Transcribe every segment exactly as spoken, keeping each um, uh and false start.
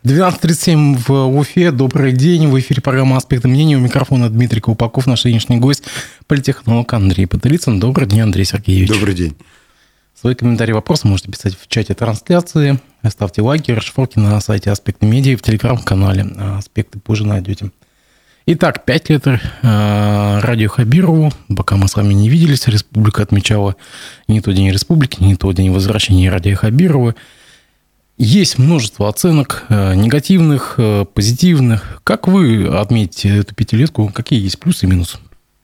двенадцать тридцать семь в Уфе. Добрый день. В эфире программа «Аспекты мнений». У микрофона Дмитрий Колпаков. Наш сегодняшний гость – политтехнолог Андрей Потылицын. Добрый день, Андрей Сергеевич. Добрый день. Свои комментарии, вопросы можете писать в чате трансляции. Ставьте лайки, расшифровки на сайте «Аспекты медиа» и в телеграм-канале. «Аспекты» позже найдете. Итак, пять лет радио Хабирову. Пока мы с вами не виделись, республика отмечала не то День республики, не то День возвращения радио Хабирова. Есть множество оценок, негативных, позитивных. Как вы отметите эту пятилетку? Какие есть плюсы и минусы?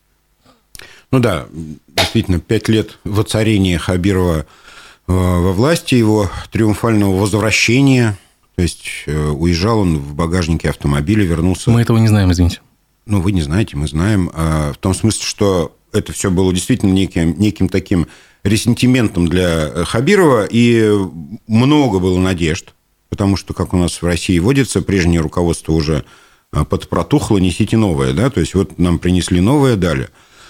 Ну да, действительно, пять лет воцарения Хабирова во власти, его триумфального возвращения. То есть уезжал он в багажнике автомобиля, вернулся... Мы этого не знаем, извините. Ну, вы не знаете, мы знаем. В том смысле, что это все было действительно неким, неким таким ресентиментом для Хабирова, и много было надежд, потому что, как у нас в России водится, прежнее руководство уже подпротухло, несите новое, да, то есть вот нам принесли новое, дали.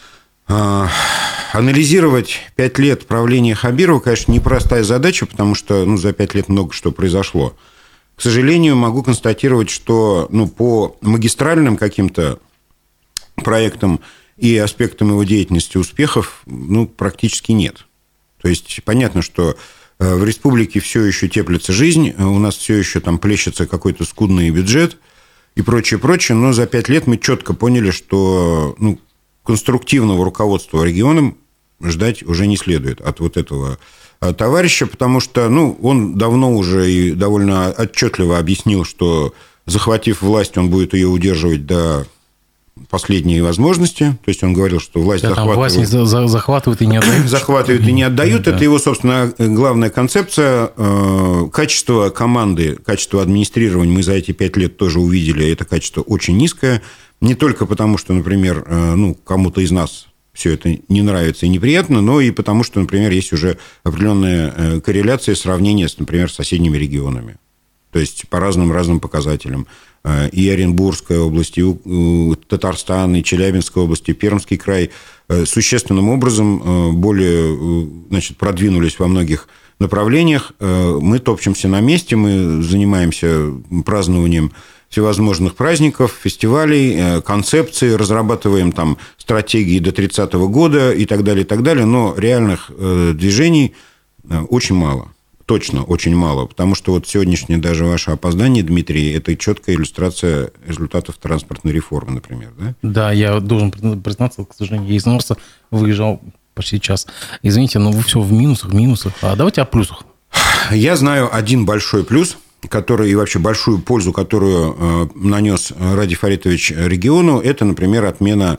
Анализировать пять лет правления Хабирова, конечно, непростая задача, потому что ну, за пять лет много что произошло. К сожалению, могу констатировать, что ну, по магистральным каким-то проектам и аспектам его деятельности успехов ну, практически нет. То есть понятно, что в республике все еще теплится жизнь, у нас все еще там плещется какой-то скудный бюджет и прочее, прочее, но за пять лет мы четко поняли, что ну, конструктивного руководства регионом ждать уже не следует от вот этого товарища, потому что ну, он давно уже и довольно отчетливо объяснил, что, захватив власть, он будет ее удерживать до последней возможности. То есть он говорил, что власть да, захватывают... Власть за- захватывают и не отдают. Захватывают и не отдают. Да. Это его, собственно, главная концепция. Качество команды, качество администрирования мы за эти пять лет тоже увидели. Это качество очень низкое. Не только потому, что, например, ну, кому-то из нас все это не нравится и неприятно, но и потому, что, например, есть уже определенная корреляция, сравнение, с, например, с соседними регионами. То есть по разным-разным показателям. И Оренбургская область, и Татарстан, и Челябинская область, и Пермский край существенным образом более значит, продвинулись во многих направлениях. Мы топчемся на месте, мы занимаемся празднованием всевозможных праздников, фестивалей, концепций, разрабатываем там стратегии до тридцатого года и так далее, и так далее. Но реальных движений очень мало. Точно, очень мало, потому что вот сегодняшнее даже ваше опоздание, Дмитрий, это четкая иллюстрация результатов транспортной реформы, например, да? Да, я должен признаться, к сожалению, я из Норса выезжал почти час. Извините, но вы все в минусах, в минусах. А давайте о плюсах. Я знаю один большой плюс, который и вообще большую пользу, которую нанес Радий Фаритович региону, это, например, отмена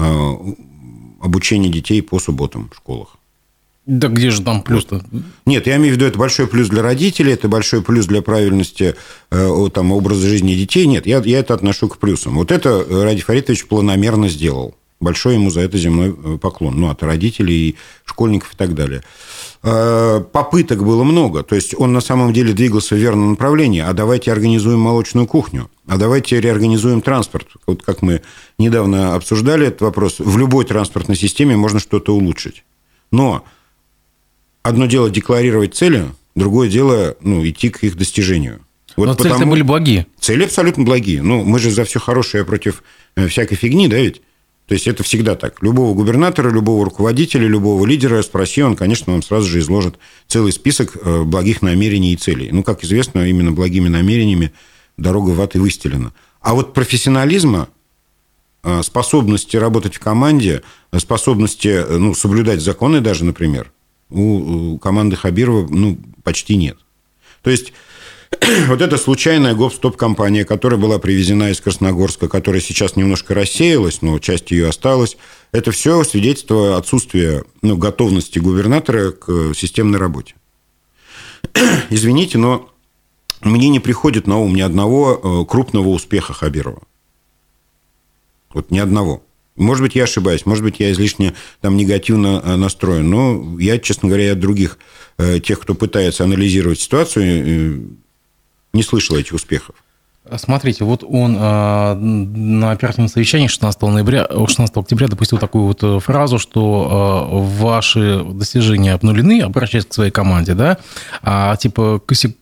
обучения детей по субботам в школах. Да где же там плюс-то? Нет, я имею в виду, это большой плюс для родителей, это большой плюс для правильности там, образа жизни детей. Нет, я, я это отношу к плюсам. Вот это Радий Фаритович планомерно сделал. Большой ему за это земной поклон. Ну, от родителей, и школьников и так далее. Попыток было много. То есть, он на самом деле двигался в верном направлении. А давайте организуем молочную кухню. А давайте реорганизуем транспорт. Вот как мы недавно обсуждали этот вопрос. В любой транспортной системе можно что-то улучшить. Но... Одно дело декларировать цели, другое дело ну, идти к их достижению. Вот но потому... цели были благие. Цели абсолютно благие. Ну, мы же за все хорошее против всякой фигни, да ведь? То есть, это всегда так. Любого губернатора, любого руководителя, любого лидера спроси, он, конечно, вам сразу же изложит целый список благих намерений и целей. Ну, как известно, именно благими намерениями дорога в ад и выстелена. А вот профессионализма, способности работать в команде, способности ну, соблюдать законы даже, например, у команды Хабирова ну, почти нет. То есть, вот эта случайная гоп-стоп-компания, которая была привезена из Красногорска, которая сейчас немножко рассеялась, но часть ее осталась, это все свидетельство отсутствия ну, готовности губернатора к системной работе. Извините, но мне не приходит на ум ни одного крупного успеха Хабирова. Вот ни одного. Может быть, я ошибаюсь, может быть, я излишне там негативно настроен, но я, честно говоря, от других тех, кто пытается анализировать ситуацию, не слышал этих успехов. Смотрите, вот он на оперативном совещании шестнадцатого ноября, шестнадцатого октября допустил такую вот фразу, что ваши достижения обнулены, обращаясь к своей команде, да, а типа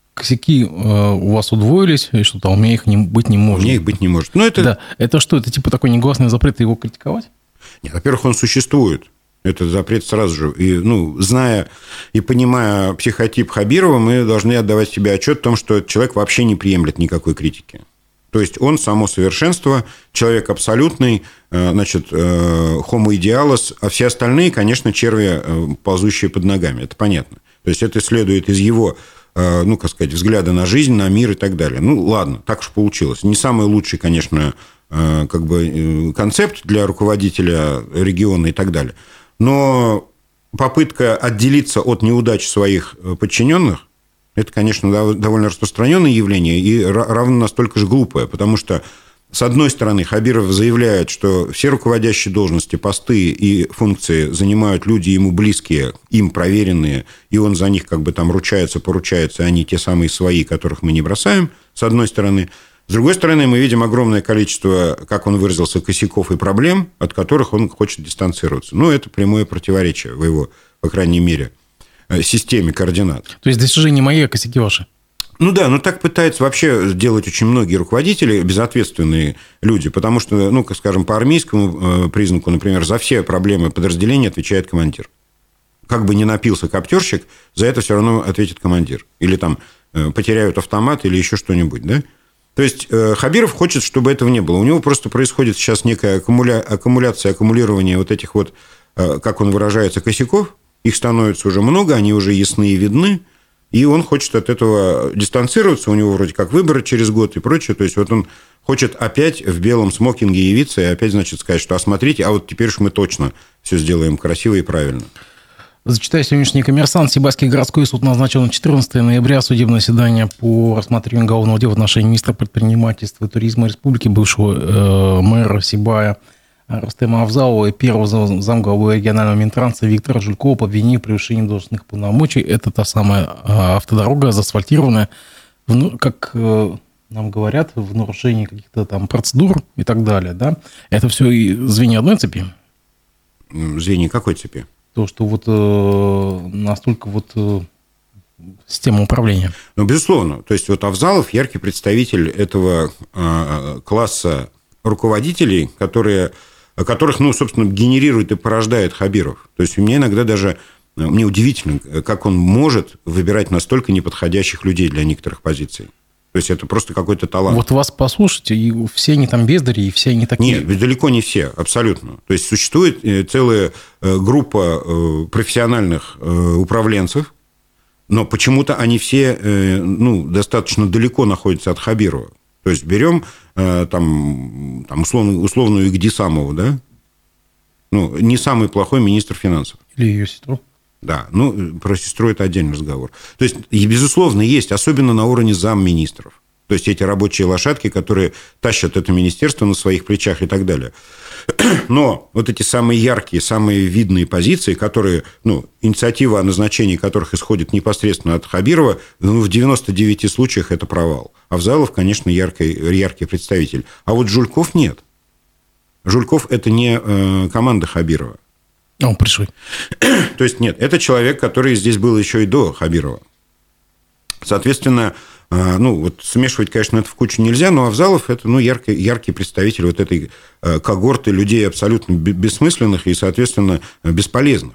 косяки у вас удвоились, и что-то у меня их не, быть не может. У меня их быть не может. Ну, это... Да. Это что? Это типа такой негласный запрет его критиковать? Нет, во-первых, он существует. Этот запрет сразу же. И, ну, зная и понимая психотип Хабирова, мы должны отдавать себе отчет о том, что этот человек вообще не приемлет никакой критики. То есть он само совершенство, человек абсолютный, значит, homo idealis, а все остальные, конечно, черви, ползущие под ногами. Это понятно. То есть это следует из его, ну, как сказать, взгляда на жизнь, на мир и так далее. Ну, ладно, так уж получилось. Не самый лучший, конечно, как бы концепт для руководителя региона и так далее. Но попытка отделиться от неудач своих подчиненных, это, конечно, довольно распространенное явление и равно настолько же глупое, потому что, с одной стороны, Хабиров заявляет, что все руководящие должности, посты и функции занимают люди ему близкие, им проверенные, и он за них как бы там ручается, поручается, они те самые свои, которых мы не бросаем, с одной стороны. С другой стороны, мы видим огромное количество, как он выразился, косяков и проблем, от которых он хочет дистанцироваться. Ну, это прямое противоречие в его, по крайней мере, системе координат. То есть достижения мои, а косяки ваши? Ну да, но так пытаются вообще делать очень многие руководители, безответственные люди, потому что, ну, скажем, по армейскому признаку, например, за все проблемы подразделения отвечает командир. Как бы ни напился коптерщик, за это все равно ответит командир. Или там потеряют автомат, или еще что-нибудь, да? То есть Хабиров хочет, чтобы этого не было. У него просто происходит сейчас некая аккумуля... аккумуляция, аккумулирование вот этих вот, как он выражается, косяков. Их становится уже много, они уже ясны и видны. И он хочет от этого дистанцироваться. У него вроде как выборы через год и прочее. То есть вот он хочет опять в белом смокинге явиться и опять, значит, сказать, что а смотрите, а вот теперь уж мы точно все сделаем красиво и правильно. Зачитаю сегодняшний «Коммерсант». Сибайский городской суд назначил на четырнадцатое ноября судебное заседание по рассмотрению уголовного дела в отношении министра предпринимательства и туризма республики, бывшего э, мэра Сибая Рустема Авзалова и первого замглавы регионального Минтранса Виктора Жулькова по обвинению в превышении должностных полномочий. Это та самая автодорога, заасфальтированная, как нам говорят, в нарушении каких-то там процедур и так далее. Да? Это все звенья одной цепи? Звенья какой цепи? То, что вот э, настолько вот э, система управления. Ну, безусловно. То есть, вот Авзалов яркий представитель этого э, класса руководителей, которые, которых, ну, собственно, генерирует и порождает Хабиров. То есть, у меня иногда даже, мне удивительно, как он может выбирать настолько неподходящих людей для некоторых позиций. То есть, это просто какой-то талант. Вот вас послушайте, и все они там бездари, и все они такие. Нет, далеко не все, абсолютно. То есть, существует целая группа профессиональных управленцев, но почему-то они все, ну, достаточно далеко находятся от Хабирова. То есть, берем там, там условно, условную Игдисамову, да? Ну, не самый плохой министр финансов. Или ее сестру. Да, ну, про сестру это отдельный разговор. То есть, безусловно, есть, особенно на уровне замминистров. То есть, эти рабочие лошадки, которые тащат это министерство на своих плечах и так далее. Но вот эти самые яркие, самые видные позиции, которые, ну, инициатива о назначении которых исходит непосредственно от Хабирова, ну, в девяноста девяти случаях это провал. Авзалов, конечно, яркий, яркий представитель. А вот Жульков нет. Жульков – это не э, команда Хабирова. Он пришел. То есть, нет, это человек, который здесь был еще и до Хабирова. Соответственно, ну, вот смешивать, конечно, это в кучу нельзя, но Авзалов – это, ну, яркий, яркий представитель вот этой когорты людей абсолютно бессмысленных и, соответственно, бесполезных.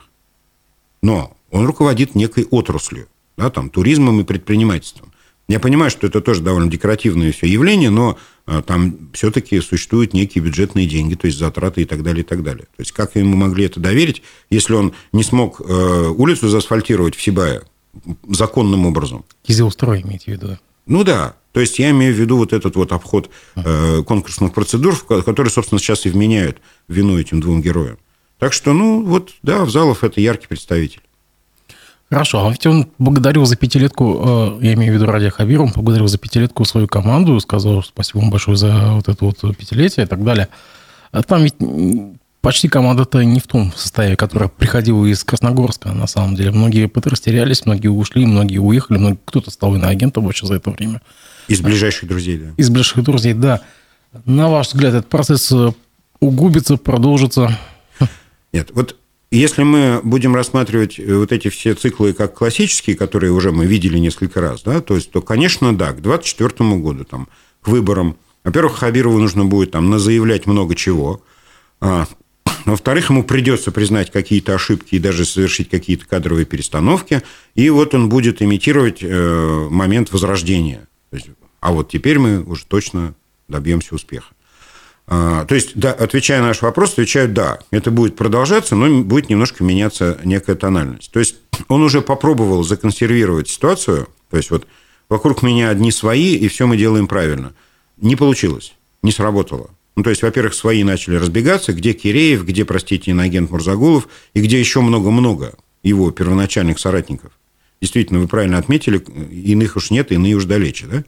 Но он руководит некой отраслью, да, там, туризмом и предпринимательством. Я понимаю, что это тоже довольно декоративное все явление, но там все-таки существуют некие бюджетные деньги, то есть затраты и так далее, и так далее. То есть, как ему могли это доверить, если он не смог улицу заасфальтировать в Сибае законным образом? Кизилстрой, имеете в виду? Ну да. То есть, я имею в виду вот этот вот обход конкурсных процедур, которые, собственно, сейчас и вменяют вину этим двум героям. Так что, ну, вот, да, Авзалов – это яркий представитель. Хорошо, а ведь он благодарил за пятилетку, я имею в виду Радия Хабирова, он поблагодарил за пятилетку свою команду, сказал спасибо вам большое за вот это вот пятилетие и так далее. А там ведь почти команда-то не в том составе, которая приходила из Красногорска, на самом деле. Многие подрастерялись, многие ушли, многие уехали, многие, кто-то стал иноагентом вообще за это время. Из ближайших друзей, да. Из ближайших друзей, да. На ваш взгляд, этот процесс углубится, продолжится? Нет, вот если мы будем рассматривать вот эти все циклы как классические, которые уже мы видели несколько раз, да, то есть, то, конечно, да, к двадцать четвёртому году, там, к выборам, во-первых, Хабирову нужно будет там назаявлять много чего, а, во-вторых, ему придется признать какие-то ошибки и даже совершить какие-то кадровые перестановки, и вот он будет имитировать э, момент возрождения. То есть, а вот теперь мы уже точно добьемся успеха. А, то есть, да, отвечая на наш вопрос, отвечаю, да, это будет продолжаться, но будет немножко меняться некая тональность. То есть, он уже попробовал законсервировать ситуацию, то есть, вот вокруг меня одни свои, и все мы делаем правильно. Не получилось, не сработало. Ну, то есть, во-первых, свои начали разбегаться, где Киреев, где, простите, иноагент Мурзагулов, и где еще много-много его первоначальных соратников. Действительно, вы правильно отметили, иных уж нет, иные уж далече, да?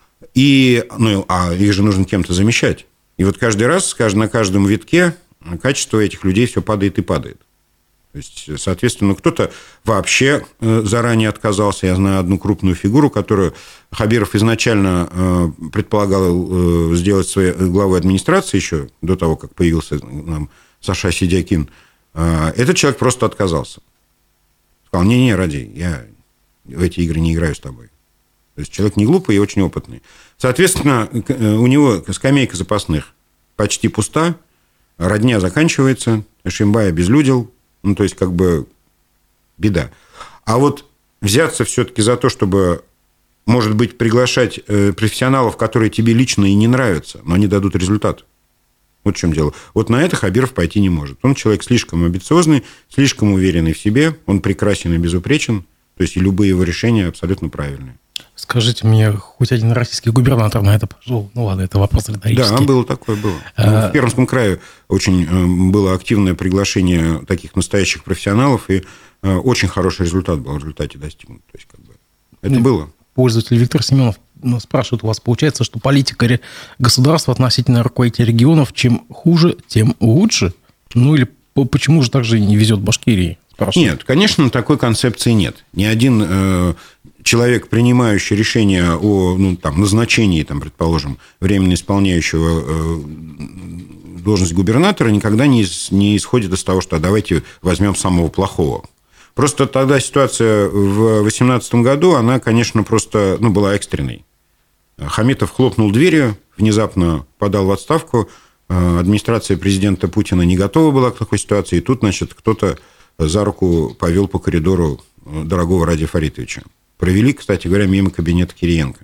И, ну, а их же нужно кем-то замещать. И вот каждый раз, на каждом витке качество этих людей все падает и падает. То есть, соответственно, кто-то вообще заранее отказался. Я знаю одну крупную фигуру, которую Хабиров изначально предполагал сделать своей главой администрации еще до того, как появился нам Саша Сидякин. Этот человек просто отказался. Сказал, не-не, Ради, я в эти игры не играю с тобой. То есть, человек не глупый и очень опытный. Соответственно, у него скамейка запасных почти пуста, родня заканчивается, Шимбай обезлюдил. Ну, то есть, как бы, беда. А вот взяться все-таки за то, чтобы, может быть, приглашать профессионалов, которые тебе лично и не нравятся, но они дадут результат. Вот в чем дело. Вот на это Хабиров пойти не может. Он человек слишком амбициозный, слишком уверенный в себе, он прекрасен и безупречен, то есть, и любые его решения абсолютно правильные. Скажите мне, хоть один российский губернатор на это пошел? Ну, ладно, это вопрос риторический. Да, было такое, было. А... В Пермском крае очень было активное приглашение таких настоящих профессионалов, и очень хороший результат был в результате достигнут. То есть, как бы, это ну, было. Пользователь Виктор Семенов спрашивает, у вас получается, что политика государства относительно руководителей регионов, чем хуже, тем лучше? Ну, или почему же так же не везет Башкирии? Спрашивает. Нет, конечно, такой концепции нет. Ни один э, человек, принимающий решение о ну, там, назначении, там, предположим, временно исполняющего э, должность губернатора, никогда не, не исходит из того, что а давайте возьмем самого плохого. Просто тогда ситуация в две тысячи восемнадцатом году, она, конечно, просто ну, была экстренной. Хамитов хлопнул дверью, внезапно подал в отставку. Администрация президента Путина не готова была к такой ситуации. И тут, значит, кто-то за руку повел по коридору дорогого Радия Фаритовича. Провели, кстати говоря, мимо кабинета Кириенко,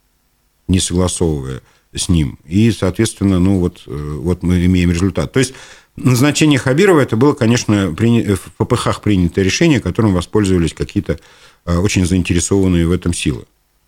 не согласовывая с ним. И, соответственно, ну вот, вот мы имеем результат. То есть, назначение Хабирова, это было, конечно, в ППХ принятое решение, которым воспользовались какие-то очень заинтересованные в этом силы.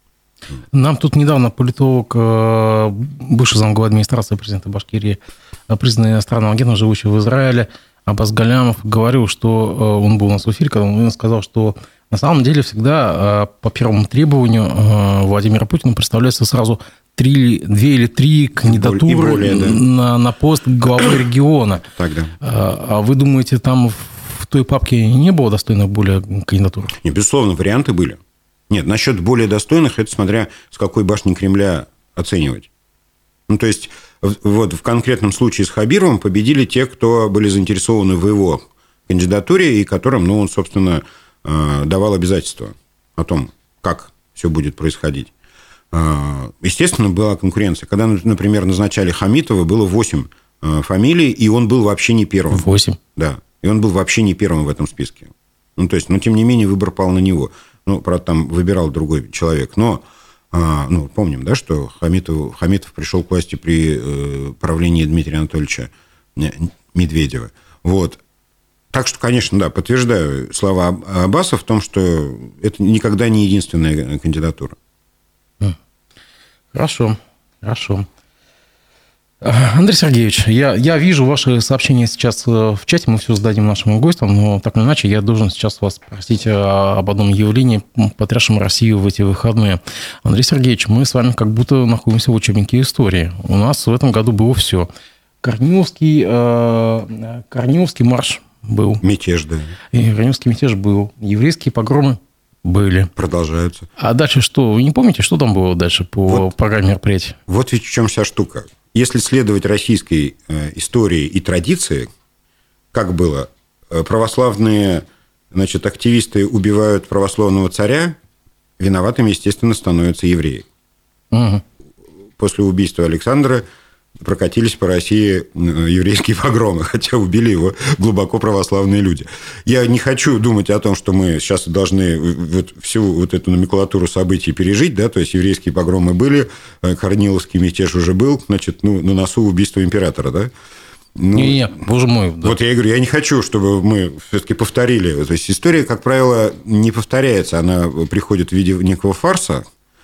Нам тут недавно политолог, бывший замглавы администрации президента Башкирии, признанный иностранным агентом, живущий в Израиле, Аббас Галямов, говорил, что он был у нас в эфире, когда он сказал, что на самом деле всегда по первому требованию Владимира Путина представляется сразу три, две или три кандидатуры более, да. на, на пост главы региона. Тогда. А вы думаете, там в той папке не было достойных более кандидатур? Нет, безусловно, варианты были. Нет, насчет более достойных, это смотря с какой башни Кремля оценивать. Ну, то есть, вот в конкретном случае с Хабировым победили те, кто были заинтересованы в его кандидатуре, и которым, ну, он, собственно, давал обязательства о том, как все будет происходить. Естественно, была конкуренция. Когда, например, назначали Хамитова, было восемь фамилий, и он был вообще не первым. Восемь? Да. И он был вообще не первым в этом списке. Ну, то есть, но, тем не менее, выбор пал на него. Ну, правда, там выбирал другой человек. Но, ну, помним, да, что Хамитов, Хамитов пришел к власти при правлении Дмитрия Анатольевича Медведева. Вот. Так что, конечно, да, подтверждаю слова Аббаса в том, что это никогда не единственная кандидатура. Хорошо, хорошо. Андрей Сергеевич, я, я вижу ваши сообщения сейчас в чате, мы все зададим нашим гостям, но так или иначе я должен сейчас вас спросить об одном явлении, потрясшем Россию в эти выходные. Андрей Сергеевич, мы с вами как будто находимся в учебнике истории. У нас в этом году было все. Корниловский, э, Корниловский марш был. Мятеж, да. И Корниловский мятеж был. Еврейские погромы были. Продолжаются. А дальше что? Вы не помните, что там было дальше по вот, программе мероприятий? Вот ведь в чем вся штука. Если следовать российской истории и традиции, как было православные, значит, активисты убивают православного царя, виноватыми, естественно, становятся евреи. Угу. После убийства Александра прокатились по России еврейские погромы, хотя убили его глубоко православные люди. Я не хочу думать о том, что мы сейчас должны вот всю вот эту номенклатуру событий пережить, да, то есть еврейские погромы были, Корниловский мятеж уже был, значит, ну, на носу убийство императора, да. Ну, не, не, боже мой. Да. Вот я и говорю, я не хочу, чтобы мы все-таки повторили. То есть история, как правило, не повторяется, она приходит в виде некого фарса,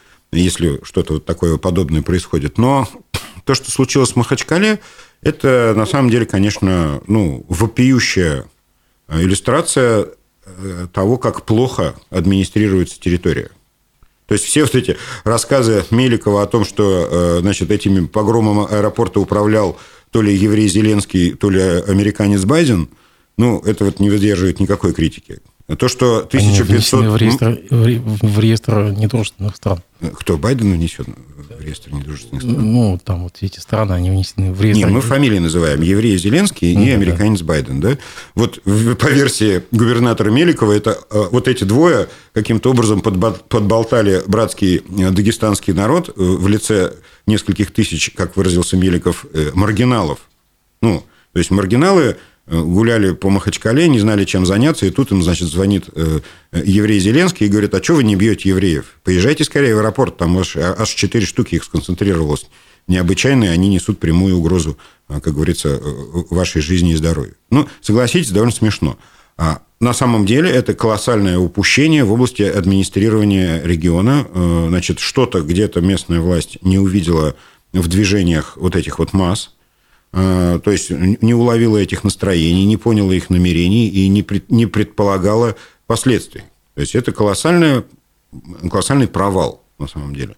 если что-то вот такое подобное происходит. Но то, что случилось в Махачкале, это на самом деле, конечно, ну, вопиющая иллюстрация того, как плохо администрируется территория. То есть все вот эти рассказы Меликова о том, что, значит, этими погромом аэропорта управлял то ли еврей Зеленский, то ли американец Байден, ну, это вот не выдерживает никакой критики. То, что тысяча пятьсот... Они в реестр, в реестр недружественных стран. Кто, Байден внесен в реестр недружественных стран? Ну, там вот эти страны, они внесены в реестр... Нет, мы фамилии называем. Еврей Зеленский и не ну, американец да. Байден, да? Вот по версии губернатора Меликова, это вот эти двое каким-то образом подболтали братский дагестанский народ в лице нескольких тысяч, как выразился Меликов, маргиналов. Ну, то есть маргиналы гуляли по Махачкале, не знали, чем заняться, и тут им, значит, звонит еврей Зеленский и говорит: а что вы не бьете евреев? Поезжайте скорее в аэропорт, там аж, аж четыре штуки их сконцентрировалось. Необычайные, они несут прямую угрозу, как говорится, вашей жизни и здоровью. Ну, согласитесь, довольно смешно. А на самом деле это колоссальное упущение в области администрирования региона. Значит, что-то где-то местная власть не увидела в движениях вот этих вот масс, то есть не уловила этих настроений, не поняла их намерений и не, пред, не предполагала последствий. То есть это колоссальный, колоссальный провал на самом деле.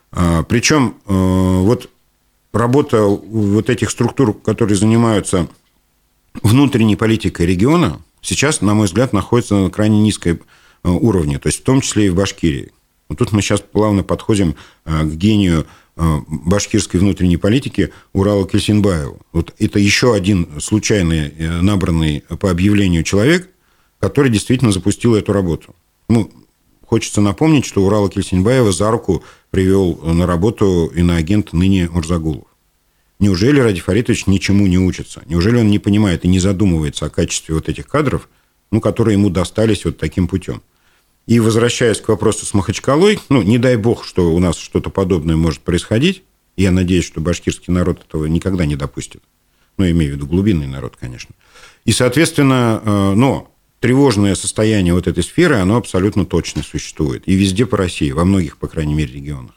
Причем вот работа вот этих структур, которые занимаются внутренней политикой региона, сейчас, на мой взгляд, находится на крайне низком уровне, то есть в том числе и в Башкирии. Вот тут мы сейчас плавно подходим к гению башкирской внутренней политики Урала Кельсинбаева. Вот это еще один случайный, набранный по объявлению человек, который действительно запустил эту работу. Ну, хочется напомнить, что Урала Кельсинбаева за руку привел на работу иноагент ныне Мурзагулов. Неужели Ради Фаритович ничему не учится? Неужели он не понимает и не задумывается о качестве вот этих кадров, ну, которые ему достались вот таким путем? И возвращаясь к вопросу с Махачкалой, ну, не дай бог, что у нас что-то подобное может происходить. Я надеюсь, что башкирский народ этого никогда не допустит. Ну, имею в виду глубинный народ, конечно. И, соответственно, но тревожное состояние вот этой сферы, оно абсолютно точно существует. И везде по России, во многих, по крайней мере, регионах.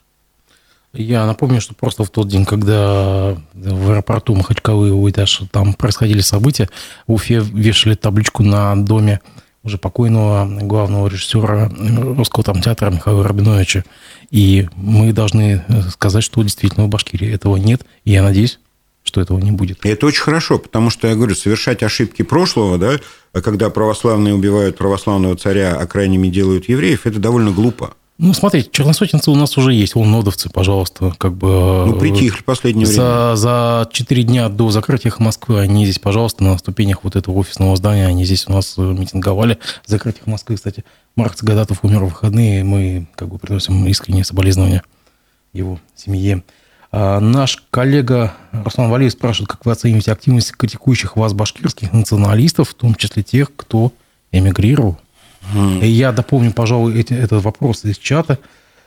Я напомню, что просто в тот день, когда в аэропорту Махачкалы, Уиташ, там происходили события, в Уфе вешали табличку на доме уже покойного главного режиссера Русского там театра Михаила Рабиновича. И мы должны сказать, что действительно в Башкирии этого нет. И я надеюсь, что этого не будет. И это очень хорошо, потому что, я говорю, совершать ошибки прошлого, да, когда православные убивают православного царя, а крайними делают евреев, это довольно глупо. Ну, смотрите, черносотенцы у нас уже есть, вон нодовцы, пожалуйста, как бы... Ну, притихли в последнее за, время. За четыре дня до закрытия Москвы они здесь, пожалуйста, на ступенях вот этого офисного здания, они здесь у нас митинговали. Закрытие Москвы, кстати, Марк Цагадатов умер в выходные, мы как бы приносим искренние соболезнования его семье. А наш коллега Руслан Валиев спрашивает, как вы оцениваете активность критикующих вас башкирских националистов, в том числе тех, кто эмигрировал? И я дополню, пожалуй, эти, этот вопрос из чата.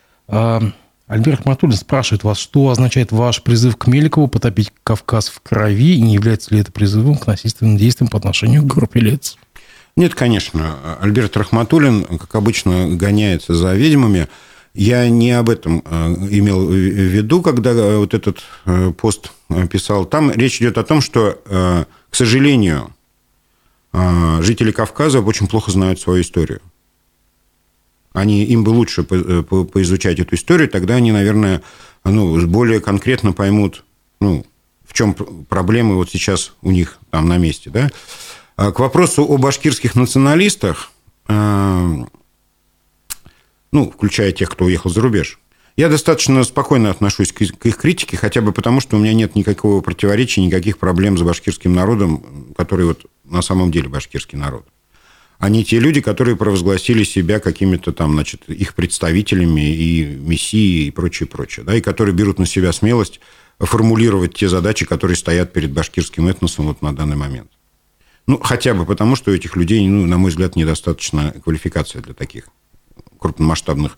Альберт Матулин спрашивает вас, что означает ваш призыв к Меликову потопить Кавказ в крови, и не является ли это призывом к насильственным действиям по отношению к группе лиц? Нет, конечно. Альберт Рахматуллин, как обычно, гоняется за ведьмами. Я не об этом имел в виду, когда вот этот пост писал. Там речь идет о том, что, к сожалению, жители Кавказа очень плохо знают свою историю. Они, им бы лучше по, по, поизучать эту историю, тогда они, наверное, ну, более конкретно поймут, ну, в чем проблемы вот сейчас у них там на месте. Да? К вопросу о башкирских националистах, ну, включая тех, кто уехал за рубеж, я достаточно спокойно отношусь к их критике, хотя бы потому, что у меня нет никакого противоречия, никаких проблем с башкирским народом, который вот на самом деле башкирский народ. А не те люди, которые провозгласили себя какими-то там, значит, их представителями и мессией и прочее, прочее, да, и которые берут на себя смелость формулировать те задачи, которые стоят перед башкирским этносом вот на данный момент. Ну, хотя бы потому, что у этих людей, ну, на мой взгляд, недостаточно квалификации для таких крупномасштабных,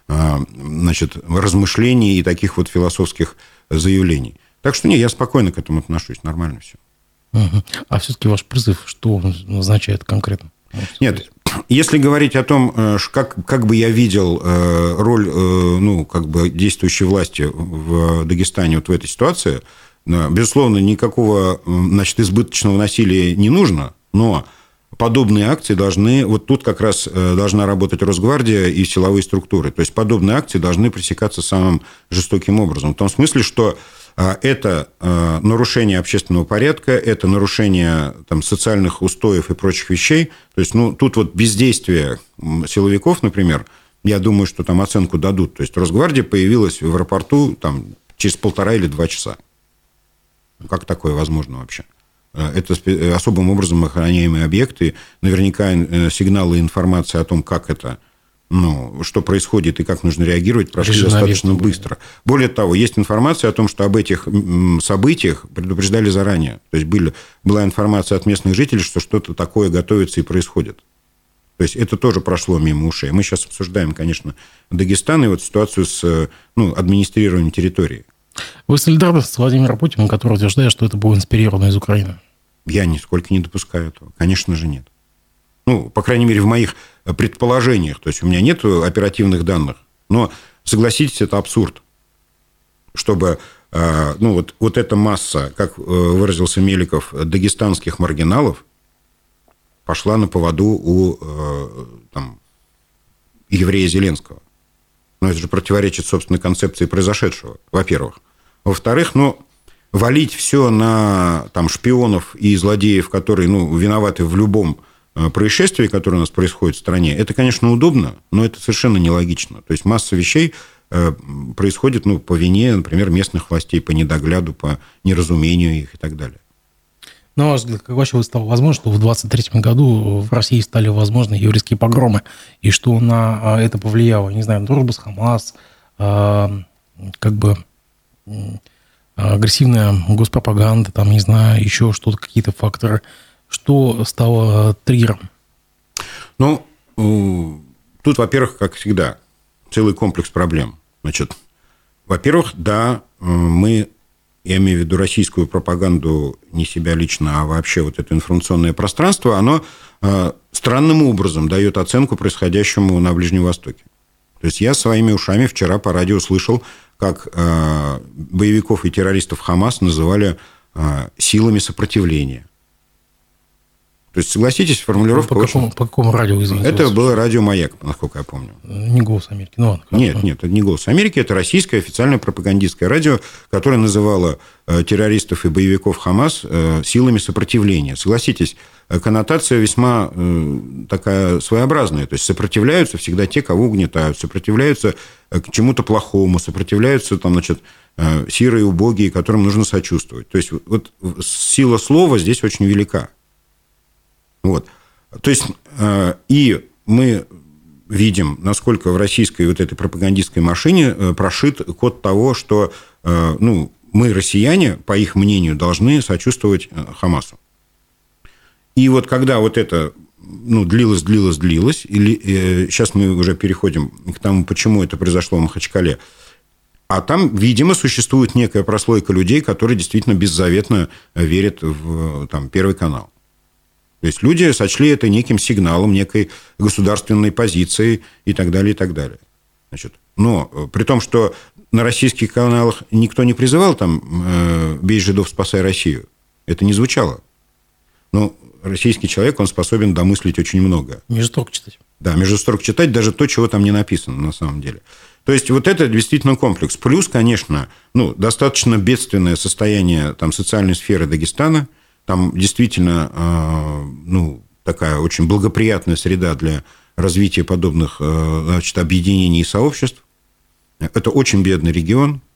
значит, размышлений и таких вот философских заявлений. Так что, не, я спокойно к этому отношусь, нормально все. Угу. А все-таки ваш призыв, что он означает конкретно? Нет, если говорить о том, как, как бы я видел роль, ну, как бы действующей власти в Дагестане вот в этой ситуации, безусловно, никакого, значит, избыточного насилия не нужно, но подобные акции должны, вот тут как раз должна работать Росгвардия и силовые структуры. То есть подобные акции должны пресекаться самым жестоким образом. В том смысле, что это нарушение общественного порядка, это нарушение там, социальных устоев и прочих вещей. То есть, ну, тут вот бездействие силовиков, например, я думаю, что там оценку дадут. То есть, Росгвардия появилась в аэропорту там, через полтора или два часа. Как такое возможно вообще? Это особым образом охраняемые объекты. Наверняка сигналы и информация о том, как это... Ну, что происходит и как нужно реагировать, прошли Режим достаточно быстро. Более того, есть информация о том, что об этих событиях предупреждали заранее. То есть были, была информация от местных жителей, что что-то такое готовится и происходит. То есть это тоже прошло мимо ушей. Мы сейчас обсуждаем, конечно, Дагестан и вот ситуацию с, ну, администрированием территории. Вы солидарны с Владимиром Путиным, который утверждает, что это было инспирировано из Украины? Я нисколько не допускаю этого. Конечно же, нет. Ну, по крайней мере, в моих предположениях. То есть, у меня нет оперативных данных. Но, согласитесь, это абсурд. Чтобы, ну, вот, вот эта масса, как выразился Меликов, дагестанских маргиналов пошла на поводу у там, еврея Зеленского. Но это же противоречит собственной концепции произошедшего, во-первых. Во-вторых, ну, валить все на там, шпионов и злодеев, которые, ну, виноваты в любом происшествие, которое у нас происходит в стране, это, конечно, удобно, но это совершенно нелогично. То есть масса вещей происходит, ну, по вине, например, местных властей, по недогляду, по неразумению их и так далее. Ну, как вообще стало возможно, что в двадцать третьем году в России стали возможны еврейские погромы, и что на это повлияло, не знаю, дружба с Хамас, как бы агрессивная госпропаганда, там, не знаю, еще что-то, какие-то факторы. Что стало триггером? Ну, тут, во-первых, как всегда, целый комплекс проблем. Значит, во-первых, да, мы, я имею в виду российскую пропаганду, не себя лично, а вообще вот это информационное пространство, оно странным образом дает оценку происходящему на Ближнем Востоке. То есть, я своими ушами вчера по радио слышал, как боевиков и террористов Хамас называли силами сопротивления. То есть, согласитесь, формулировка... По какому, очень... по какому радио, извините? Это было радио «Маяк», насколько я помню. Не «Голос Америки». Ну, ладно, нет, нет, это не «Голос Америки», это российское официальное пропагандистское радио, которое называло террористов и боевиков Хамас силами сопротивления. Согласитесь, коннотация весьма такая своеобразная. То есть, сопротивляются всегда те, кого угнетают, сопротивляются к чему-то плохому, сопротивляются, там, значит, сирые, убогие, которым нужно сочувствовать. То есть, вот сила слова здесь очень велика. Вот. То есть, и мы видим, насколько в российской вот этой пропагандистской машине прошит код того, что, ну, мы, россияне, по их мнению, должны сочувствовать Хамасу. И вот когда вот это, ну, длилось, длилось, длилось, или сейчас мы уже переходим к тому, почему это произошло в Махачкале, а там, видимо, существует некая прослойка людей, которые действительно беззаветно верят в там, Первый канал. То есть, люди сочли это неким сигналом, некой государственной позицией и так далее, и так далее. Значит, но при том, что на российских каналах никто не призывал там «бей жидов, спасай Россию», это не звучало. Но российский человек, он способен домыслить очень много. Между строк читать. Да, между строк читать даже то, чего там не написано на самом деле. То есть, вот это действительно комплекс. Плюс, конечно, ну, достаточно бедственное состояние там, социальной сферы Дагестана. Там действительно, ну, такая очень благоприятная среда для развития подобных, значит, объединений и сообществ. Это очень бедный регион.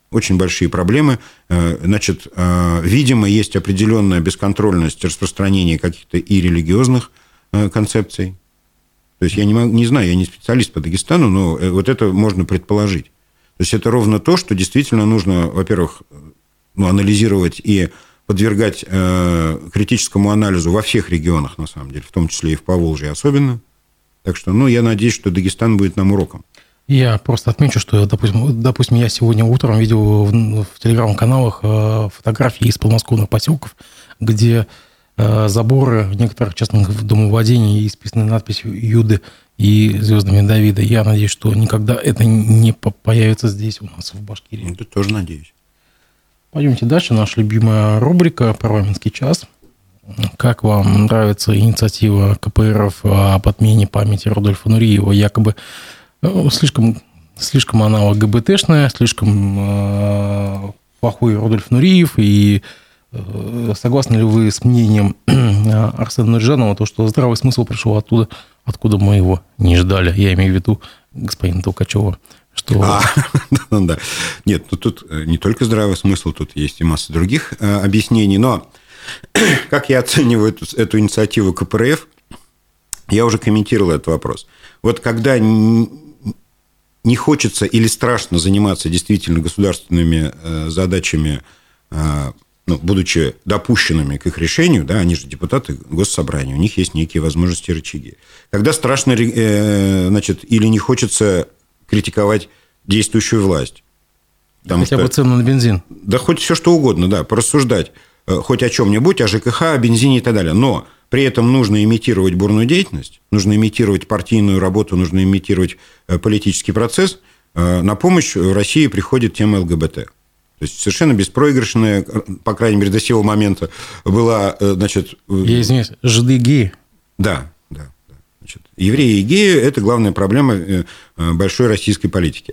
очень большие проблемы. Значит, видимо, есть определенная бесконтрольность распространения каких-то и религиозных концепций. То есть, я не, могу, не знаю, я не специалист по Дагестану, но вот это можно предположить. То есть, это ровно то, что действительно нужно, во-первых, ну, анализировать и подвергать э, критическому анализу во всех регионах, на самом деле, в том числе и в Поволжье особенно. Так что, ну, я надеюсь, что Дагестан будет нам уроком. Я просто отмечу, что, допустим, допустим я сегодня утром видел в, в телеграм-каналах э, фотографии из подмосковных поселков, где э, заборы некоторых частных домовладений исписаны надписью «Юды» и звездами Давида. Я надеюсь, что никогда это не появится здесь у нас в Башкирии. Это тоже надеюсь. Пойдемте дальше. Наша любимая рубрика «Парламентский час». Как вам нравится инициатива ка пэ эр эф об отмене памяти Рудольфа Нуриева? Якобы слишком, слишком она ЛГБТшная, слишком э, плохой Рудольф Нуриев. И э, согласны ли вы с мнением Арсена Нуржанова, то, что здравый смысл пришел оттуда, откуда мы его не ждали? Я имею в виду господина Толкачева. Что... А, да. Нет, ну тут не только здравый смысл, тут есть и масса других э, объяснений. Но как я оцениваю эту, эту инициативу ка пэ эр эф, я уже комментировал этот вопрос. Вот когда не хочется или страшно заниматься действительно государственными э, задачами, э, ну, будучи допущенными к их решению, да, они же депутаты Госсобрания, у них есть некие возможности и рычаги. Когда страшно, э, значит, или не хочется критиковать действующую власть. Хотя что, бы цену на бензин. Да хоть все что угодно, да, порассуждать хоть о чем-нибудь, о жэ ка ха, о бензине и так далее. Но при этом нужно имитировать бурную деятельность, нужно имитировать партийную работу, нужно имитировать политический процесс. На помощь в России приходит тема эл гэ бэ тэ. То есть, совершенно беспроигрышная, по крайней мере, до сего момента была, значит... Я извиняюсь, жиды геи. Да, да. Значит, евреи и геи – это главная проблема большой российской политики.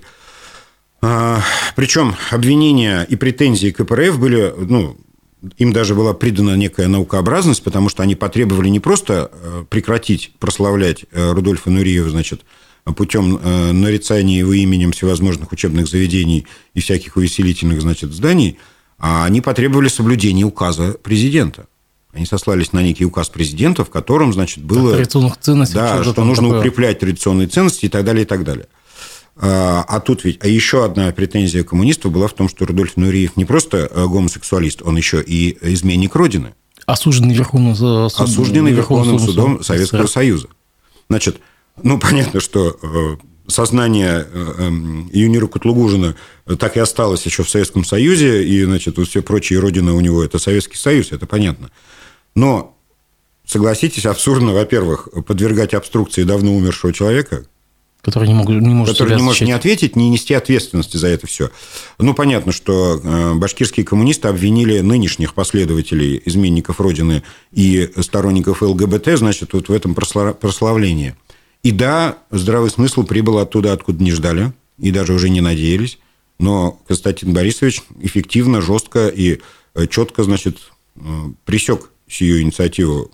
Причем обвинения и претензии ка пэ эр эф были... Ну, им даже была придана некая наукообразность, потому что они потребовали не просто прекратить прославлять Рудольфа Нуриева, значит, путем нарицания его именем всевозможных учебных заведений и всяких увеселительных, значит, зданий, а они потребовали соблюдения указа президента. Они сослались на некий указ президента, в котором, значит, было... Традиционных ценностей. Да, что нужно такое... укреплять традиционные ценности и так далее, и так далее. А тут ведь... А еще одна претензия коммунистов была в том, что Рудольф Нуриев не просто гомосексуалист, он еще и изменник Родины. Осужденный Верховным, суд... Осужденный Верховным судом, судом Советского Союза. Значит, ну, понятно, что сознание Юнира Кутлугужина так и осталось еще в Советском Союзе, и, значит, вот все прочие родины у него – это Советский Союз, это понятно. Но, согласитесь, абсурдно, во-первых, подвергать обструкции давно умершего человека, который не, мог, не может, который не может не ответить, не нести ответственности за это все. Ну, понятно, что башкирские коммунисты обвинили нынешних последователей изменников Родины и сторонников эл гэ бэ тэ, значит, вот в этом прославлении. И да, здравый смысл прибыл оттуда, откуда не ждали, и даже уже не надеялись. Но Константин Борисович эффективно, жестко и четко, значит, пресек сию инициативу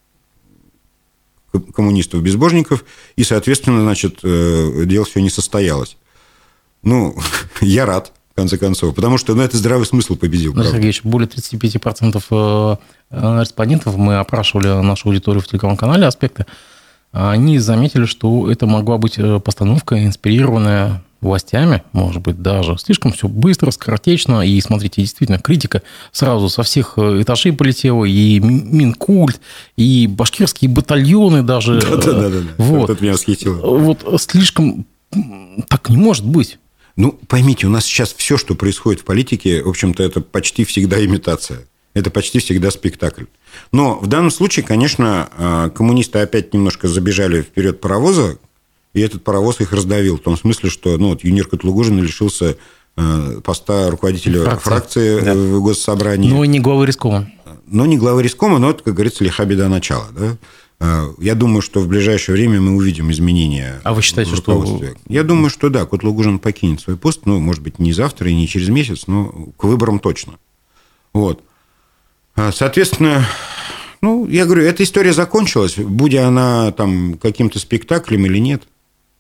коммунистов-безбожников, и, соответственно, значит, дело все не состоялось. Ну, я рад, в конце концов, потому что, ну, это здравый смысл победил. Ну, Сергеевич, более тридцать пять процентов респондентов, мы опрашивали нашу аудиторию в телеграм-канале «Аспекты», они заметили, что это могла быть постановка, инспирированная властями, может быть, даже. Слишком все быстро, скоротечно. И, смотрите, действительно, критика сразу со всех этажей полетела. И Минкульт, и башкирские батальоны даже. Да-да-да. Вот. Это меня восхитило. Вот слишком... Так не может быть. Ну, поймите, у нас сейчас все, что происходит в политике, в общем-то, это почти всегда имитация. Это почти всегда спектакль. Но в данном случае, конечно, коммунисты опять немножко забежали вперед паровоза, и этот паровоз их раздавил. В том смысле, что ну, вот, Юнир Кутлугужин лишился поста руководителя фракции, фракции да. в Госсобрании. Но не главы рискома. Но не главы рискома, но, это, как говорится, лиха беда начала. Да? Я думаю, что в ближайшее время мы увидим изменения. А вы считаете, что... Я думаю, что да, Кутлугужин покинет свой пост. Ну, может быть, не завтра и не через месяц, но к выборам точно. Вот. Соответственно, ну, я говорю, эта история закончилась, будь она там каким-то спектаклем или нет.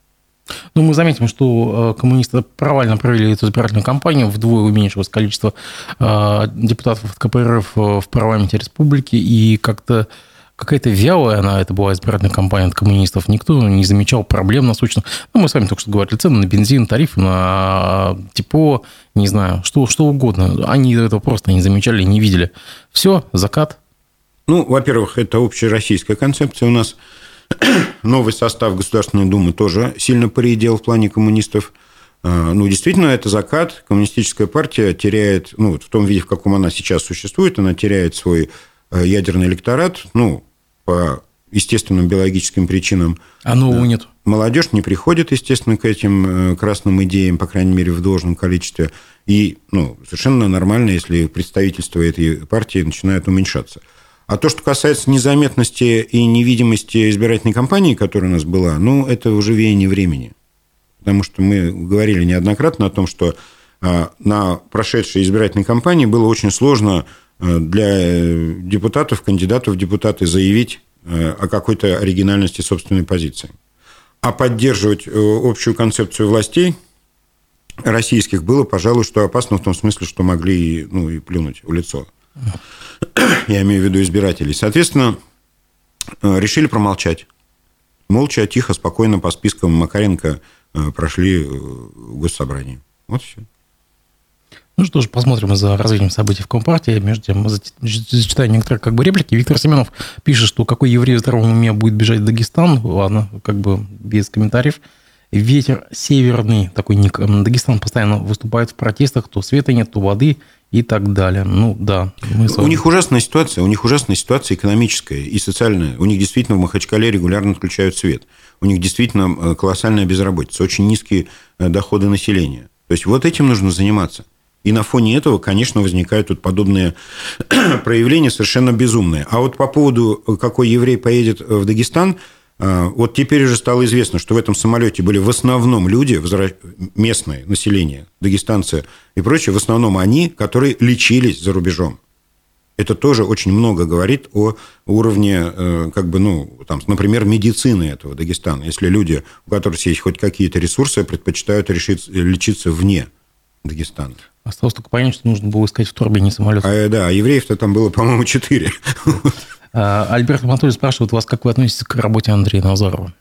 Ну, мы заметим, что коммунисты провально провели эту избирательную кампанию, вдвое уменьшилось количество депутатов от ка пэ эр эф в парламенте республики, и как-то какая-то вялая она, это была избирательная кампания от коммунистов, никто не замечал проблем насущных. Ну, мы с вами только что говорили, цены на бензин, тарифы на тепло, не знаю, что, что угодно. Они этого просто не замечали, не видели. Все, закат. Ну, во-первых, это общероссийская концепция у нас. Новый состав Государственной Думы тоже сильно поредел в плане коммунистов. Ну, действительно, это закат. Коммунистическая партия теряет, ну, в том виде, в каком она сейчас существует, она теряет свой ядерный электорат, ну, по естественным биологическим причинам. А нового нет. Молодежь не приходит, естественно, к этим красным идеям, по крайней мере, в должном количестве. И, ну, совершенно нормально, если представительство этой партии начинает уменьшаться. А то, что касается незаметности и невидимости избирательной кампании, которая у нас была, ну, это уже веяние времени. Потому что мы говорили неоднократно о том, что на прошедшей избирательной кампании было очень сложно для депутатов, кандидатов в депутаты заявить о какой-то оригинальности собственной позиции. А поддерживать общую концепцию властей российских было, пожалуй, что опасно в том смысле, что могли, ну, и плюнуть в лицо. Я имею в виду избирателей. Соответственно, решили промолчать. Молча, тихо, спокойно по спискам Макаренко прошли в Госсобрании. Вот все. Ну что ж, посмотрим за развитием событий в Компартии. Между тем, зачитаю некоторые как бы реплики. Виктор Семенов пишет, что какой еврей в здравом уме будет бежать в Дагестан. Ладно, как бы без комментариев. Ветер северный, такой ник. Дагестан постоянно выступает в протестах. То света нет, то воды и так далее. Ну, да. Мы у них ужасная ситуация. У них ужасная ситуация экономическая и социальная. У них действительно в Махачкале регулярно отключают свет. У них действительно колоссальная безработица. Очень низкие доходы населения. То есть, вот этим нужно заниматься. И на фоне этого, конечно, возникают тут подобные проявления совершенно безумные. А вот по поводу, какой еврей поедет в Дагестан, вот теперь уже стало известно, что в этом самолете были в основном люди, местное население, дагестанцы и прочее, в основном они, которые лечились за рубежом. Это тоже очень много говорит о уровне, как бы, ну, там, например, медицины этого Дагестана. Если люди, у которых есть хоть какие-то ресурсы, предпочитают решить, лечиться вне Дагестана. Осталось только понять, что нужно было искать в турбине самолета. А, да, а евреев-то там было, по-моему, четыре. Альберт Анатольевич спрашивает вас, как вы относитесь к работе Андрея Назарова?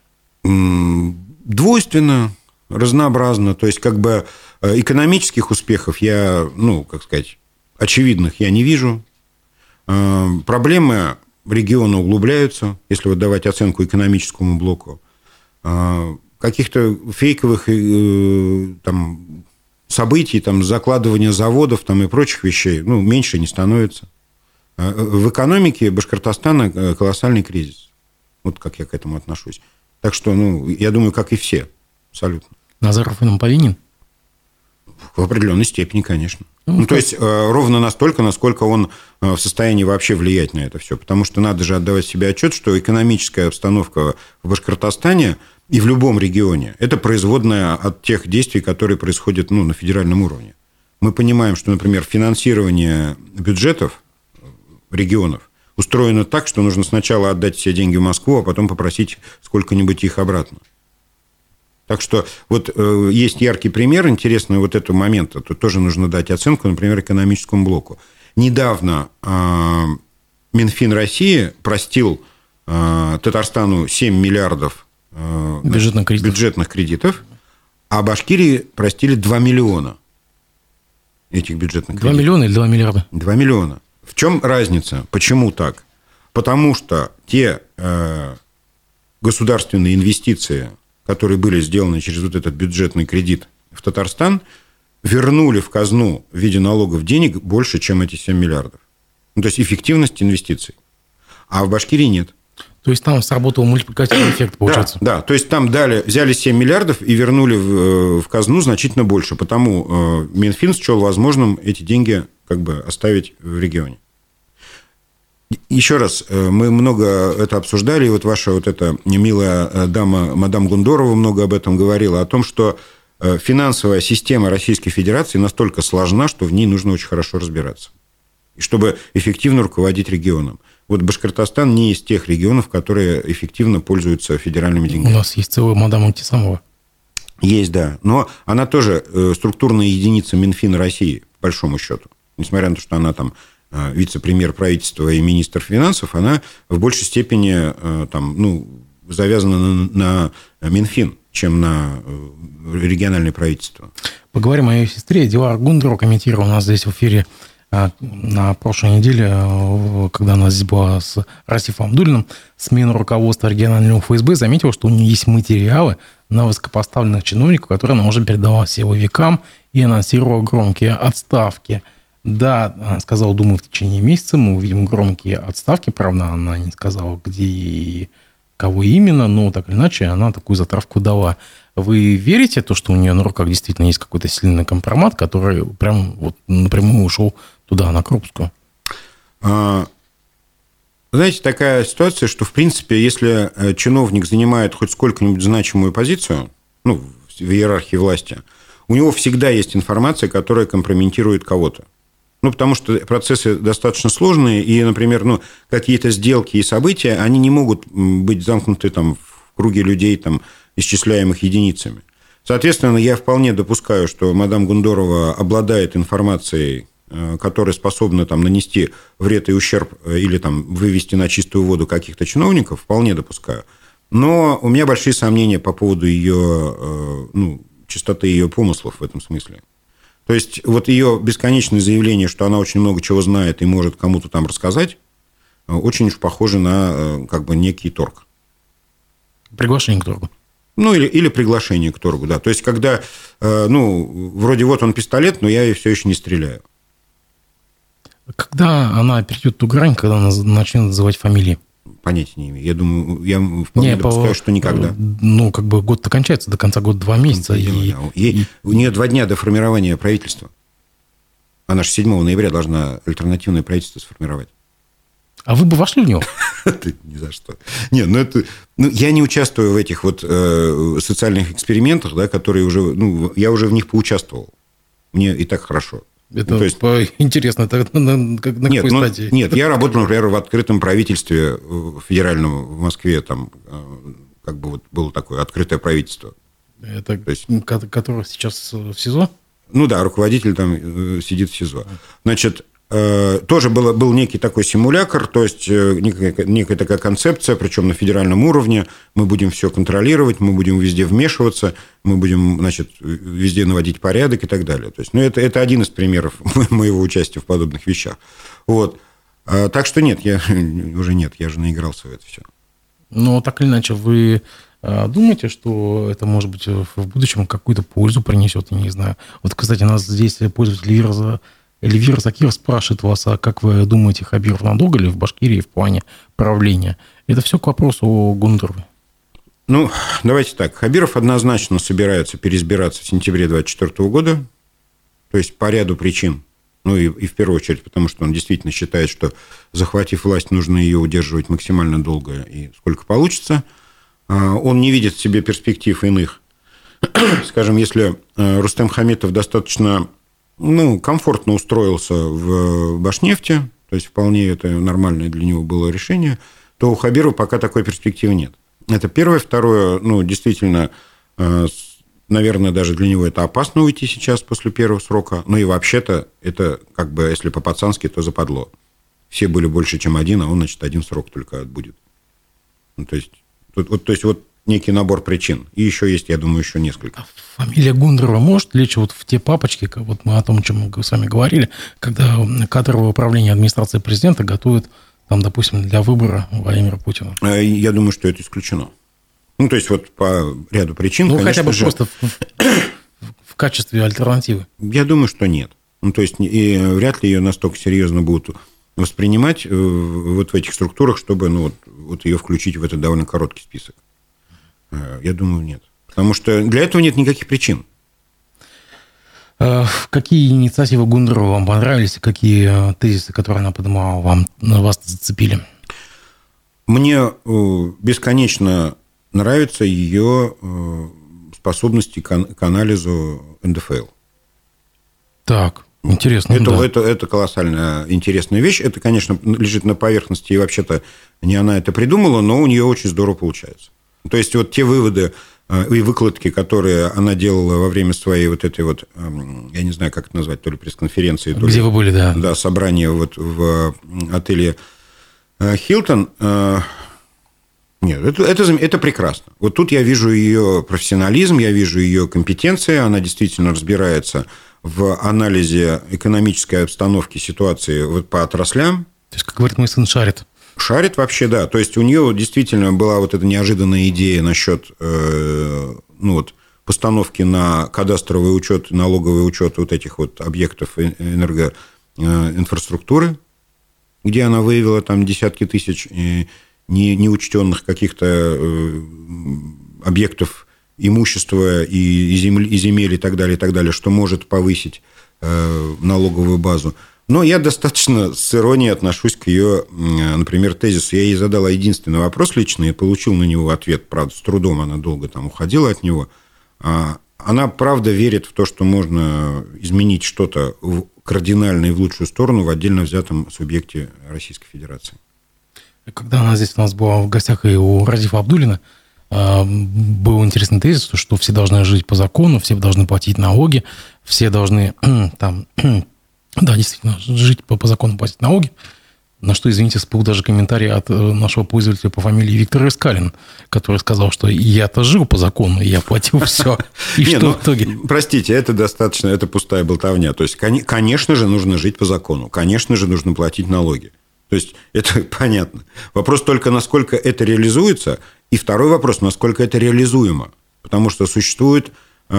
Двойственно, разнообразно. То есть, как бы экономических успехов я, ну, как сказать, очевидных я не вижу. Проблемы региона углубляются, если вот давать оценку экономическому блоку. Каких-то фейковых там событий, там, закладывания заводов там, и прочих вещей, ну, меньше не становится. В экономике Башкортостана колоссальный кризис. Вот как я к этому отношусь. Так что, ну, я думаю, как и все, абсолютно. Назаров нам повинен? В определенной степени, конечно. Ну, ну, то есть, ровно настолько, насколько он в состоянии вообще влиять на это все. Потому что надо же отдавать себе отчет, что экономическая обстановка в Башкортостане и в любом регионе – это производная от тех действий, которые происходят, ну, на федеральном уровне. Мы понимаем, что, например, финансирование бюджетов регионов устроено так, что нужно сначала отдать все деньги в Москву, а потом попросить сколько-нибудь их обратно. Так что вот э, есть яркий пример, интересный вот этого момента. Тут тоже нужно дать оценку, например, экономическому блоку. Недавно э, Минфин России простил э, Татарстану семь миллиардов э, бюджетных кредитов. бюджетных кредитов, а Башкирии простили два миллиона этих бюджетных кредитов. два миллиона или два миллиарда? два миллиона. В чем разница? Почему так? Потому что те э, государственные инвестиции, которые были сделаны через вот этот бюджетный кредит в Татарстан, вернули в казну в виде налогов денег больше, чем эти семь миллиардов. Ну, то есть, эффективность инвестиций. А в Башкирии нет. То есть, там сработал мультипликативный эффект, получается? Да, да, то есть, там дали, взяли семь миллиардов и вернули в, в казну значительно больше. Потому Минфин счел возможным эти деньги как бы оставить в регионе. Еще раз, мы много это обсуждали, и вот ваша вот эта милая дама, мадам Гундорова, много об этом говорила, о том, что финансовая система Российской Федерации настолько сложна, что в ней нужно очень хорошо разбираться. И чтобы эффективно руководить регионом. Вот Башкортостан не из тех регионов, которые эффективно пользуются федеральными деньгами. У нас есть целая мадам Антисамова. Есть, да. Но она тоже структурная единица Минфина России, по большому счету. Несмотря на то, что она там вице-премьер правительства и министр финансов, она в большей степени там, ну, завязана на, на Минфин, чем на региональное правительство. Поговорим о ее сестре. Дилара Гундарова комментировала у нас здесь в эфире на прошлой неделе, когда она здесь была с Расифом Абдуллиным, смена руководства регионального эф эс бэ, заметила, что у нее есть материалы на высокопоставленных чиновников, которые она уже передала силовикам и анонсировала громкие отставки. Да, она сказала, думаю, в течение месяца мы увидим громкие отставки. Правда, она не сказала, где и кого именно, но так или иначе она такую затравку дала. Вы верите в то, что у нее на руках действительно есть какой-то сильный компромат, который прям вот напрямую ушел туда, на Крупскую? Знаете, такая ситуация, что, в принципе, если чиновник занимает хоть сколько-нибудь значимую позицию, ну, в иерархии власти, у него всегда есть информация, которая компрометирует кого-то. Ну, потому что процессы достаточно сложные, и, например, ну, какие-то сделки и события, они не могут быть замкнуты там, в круге людей, там, исчисляемых единицами. Соответственно, я вполне допускаю, что мадам Гундарова обладает информацией, которая способна там, нанести вред и ущерб или там, вывести на чистую воду каких-то чиновников, вполне допускаю. Но у меня большие сомнения по поводу ее, ну, чистоты ее помыслов в этом смысле. То есть, вот ее бесконечное заявление, что она очень много чего знает и может кому-то там рассказать, очень уж похоже на как бы некий торг. Приглашение к торгу. Ну, или, или приглашение к торгу, да. То есть, когда, ну, вроде вот он пистолет, но я все еще не стреляю. Когда она перейдет ту грань, когда она начнет называть фамилии? Понятия не имею. Я думаю, я вполне не, допускаю, по, что никогда. Ну, как бы год-то кончается, до конца года два месяца. И, и, и, у нее два дня до формирования правительства. Она же седьмого ноября должна альтернативное правительство сформировать. А вы бы вошли в него? Ни за что. Нет, ну это... Ну, я не участвую в этих вот э, социальных экспериментах, да, которые уже... Ну, я уже в них поучаствовал. Мне и так хорошо. Это ну, то есть... интересно, это на, на, на какой нет, стадии? Ну, нет, я работал, например, в открытом правительстве федеральном в Москве, там как бы вот было такое открытое правительство. Это то есть... которое сейчас в СИЗО? Ну да, руководитель там сидит в СИЗО. Значит, тоже было, был некий такой симулятор, то есть некая, некая такая концепция, причем на федеральном уровне. Мы будем все контролировать, мы будем везде вмешиваться, мы будем, значит, везде наводить порядок и так далее. То есть, ну, это, это один из примеров моего участия в подобных вещах. Вот. Так что нет, я уже нет, я же наигрался в это все. Но так или иначе, вы думаете, что это, может быть, в будущем какую-то пользу принесет, я не знаю. Вот, кстати, нас здесь пользователь Эльвира, Эльвира Закиров спрашивает вас, а как вы думаете, Хабиров надолго ли в Башкирии в плане правления? Это все к вопросу о Гундаровой. Ну, давайте так. Хабиров однозначно собирается переизбираться в сентябре двадцать четвёртого года, то есть по ряду причин. Ну, и, и в первую очередь, потому что он действительно считает, что, захватив власть, нужно ее удерживать максимально долго и сколько получится. Он не видит в себе перспектив иных. Скажем, если Рустем Хамитов достаточно... Ну, комфортно устроился в Башнефти, то есть вполне это нормальное для него было решение, то у Хабирова пока такой перспективы нет. Это первое. Второе, ну, действительно, наверное, даже для него это опасно уйти сейчас после первого срока. Ну, и вообще-то это, как бы, если по-пацански, то западло. Все были больше, чем один, а он, значит, один срок только отбудет. Ну, то есть, вот, вот, то есть, вот некий набор причин. И еще есть, я думаю, еще несколько. А фамилия Гундарова может лечь вот в те папочки, как вот мы о том, о чем мы с вами говорили, когда кадровое управление администрации президента готовит, там, допустим, для выбора Владимира Путина? Я думаю, что это исключено. Ну, то есть, вот по ряду причин, ну, конечно хотя бы же... просто в, в качестве альтернативы. Я думаю, что нет. Ну, то есть, и вряд ли ее настолько серьезно будут воспринимать вот в этих структурах, чтобы, ну, вот, вот ее включить в этот довольно короткий список. Я думаю, нет. Потому что для этого нет никаких причин. Какие инициативы Гундарова вам понравились, и какие тезисы, которые она поднимала, вам, вас зацепили? Мне бесконечно нравятся ее способности к анализу эн дэ эф эл. Так, интересно. Это, да. это, это колоссально интересная вещь. Это, конечно, лежит на поверхности, и вообще-то не она это придумала, но у нее очень здорово получается. То есть, вот те выводы, и выкладки, которые она делала во время своей вот этой вот, я не знаю, как это назвать, то ли пресс-конференции, то ли... Где вы были, да. Да, собрание вот в отеле «Хилтон». Нет, это, это, это прекрасно. Вот тут я вижу ее профессионализм, я вижу ее компетенции, она действительно разбирается в анализе экономической обстановки, ситуации вот по отраслям. То есть, как говорит мой сын, шарит. Шарит вообще, да. То есть, у нее действительно была вот эта неожиданная идея насчет э, ну, вот, постановки на кадастровый учет, налоговый учет вот этих вот объектов энергоинфраструктуры, где она выявила там десятки тысяч не, неучтенных каких-то объектов имущества и, земли, и земель и так далее, и так далее, что может повысить налоговую базу. Но я достаточно с иронией отношусь к ее, например, тезису. Я ей задал единственный вопрос личный и получил на него ответ. Правда, с трудом она долго там уходила от него. Она, правда, верит в то, что можно изменить что-то кардинально и в лучшую сторону в отдельно взятом субъекте Российской Федерации. Когда она здесь у нас была в гостях и у Разифа Абдуллина, был интересный тезис, что все должны жить по закону, все должны платить налоги, все должны там... Да, действительно, жить по, по закону, платить налоги. На что, извините, всплыл даже комментарий от нашего пользователя по фамилии Виктор Искалин, который сказал, что я-то жил по закону, я платил все. И что в итоге? Простите, это достаточно, это пустая болтовня. То есть, конечно же, нужно жить по закону, конечно же, нужно платить налоги. То есть, это понятно. Вопрос только, насколько это реализуется, и второй вопрос, насколько это реализуемо. Потому что существует...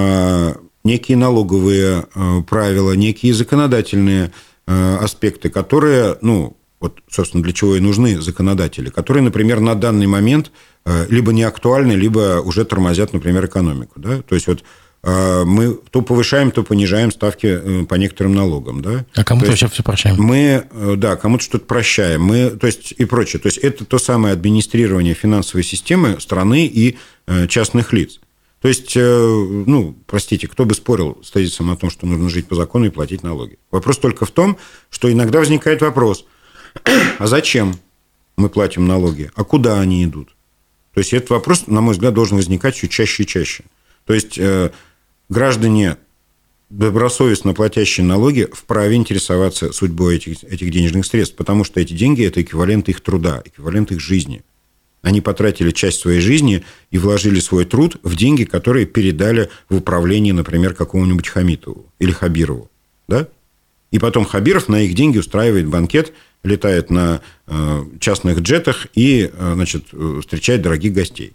некие налоговые правила, некие законодательные аспекты, которые, ну, вот, собственно, для чего и нужны законодатели, которые, например, на данный момент либо не актуальны, либо уже тормозят, например, экономику. Да? То есть, вот мы то повышаем, то понижаем ставки по некоторым налогам. Да? А кому-то вообще все прощаем. Мы, да, кому-то что-то прощаем. Мы, то есть, и прочее. То есть, это то самое администрирование финансовой системы страны и частных лиц. То есть, ну, простите, кто бы спорил с тезисом о том, что нужно жить по закону и платить налоги? Вопрос только в том, что иногда возникает вопрос, а зачем мы платим налоги, а куда они идут? То есть, этот вопрос, на мой взгляд, должен возникать все чаще и чаще. То есть, граждане, добросовестно платящие налоги, вправе интересоваться судьбой этих, этих денежных средств, потому что эти деньги – это эквивалент их труда, эквивалент их жизни. Они потратили часть своей жизни и вложили свой труд в деньги, которые передали в управление, например, какому-нибудь Хамитову или Хабирову. Да? И потом Хабиров на их деньги устраивает банкет, летает на частных джетах и, значит, встречает дорогих гостей.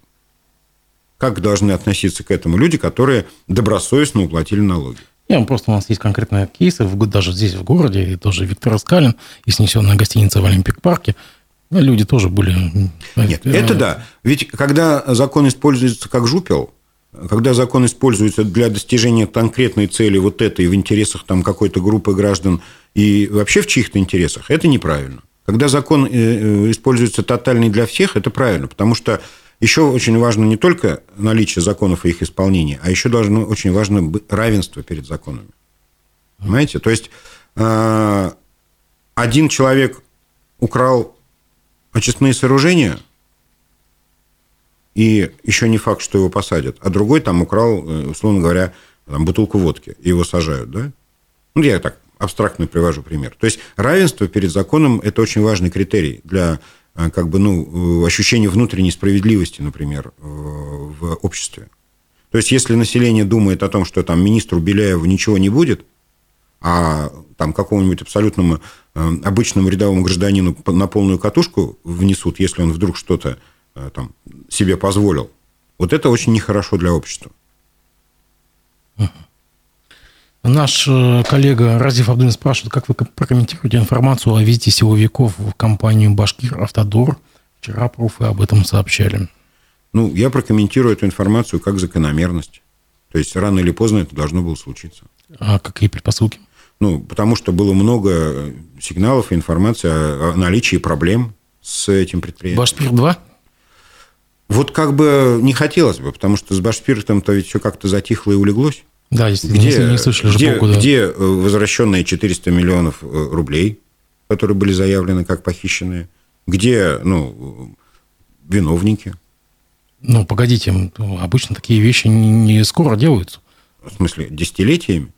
Как должны относиться к этому люди, которые добросовестно уплатили налоги? Не, просто у нас есть конкретные кейсы, даже здесь, в городе, и тоже Виктор Искалин, и снесенная гостиница в Олимпик-парке. Ну, люди тоже были... Нет, это да. Ведь когда закон используется как жупел, когда закон используется для достижения конкретной цели вот этой в интересах там, какой-то группы граждан и вообще в чьих-то интересах, это неправильно. Когда закон используется тотальный для всех, это правильно, потому что еще очень важно не только наличие законов и их исполнение, а еще должно, очень важно быть равенство перед законами. Понимаете? То есть, один человек украл очистные сооружения, и еще не факт, что его посадят, а другой там украл, условно говоря, там, бутылку водки, и его сажают, да? Ну, я так абстрактно привожу пример. То есть, равенство перед законом – это очень важный критерий для как бы, ну, ощущения внутренней справедливости, например, в обществе. То есть, если население думает о том, что там министру Беляеву ничего не будет, а там какому-нибудь абсолютному обычному рядовому гражданину на полную катушку внесут, если он вдруг что-то там себе позволил, вот это очень нехорошо для общества. Наш коллега Разиф Абдуллин спрашивает, как вы прокомментируете информацию о визите силовиков в компанию «Башкир-Автодор». Вчера пруфы об этом сообщали. Ну, я прокомментирую эту информацию как закономерность. То есть, рано или поздно это должно было случиться. А какие предпосылки? Ну, потому что было много сигналов и информации о, о наличии проблем с этим предприятием. «Башпир-два»? Вот как бы не хотелось бы, потому что с «Башпиртом»-то ведь все как-то затихло и улеглось. Да, действительно, где, не слышали где, же полгода. Где возвращенные четыреста миллионов рублей, которые были заявлены как похищенные? Где, ну, виновники? Ну, погодите, обычно такие вещи не скоро делаются. В смысле, десятилетиями?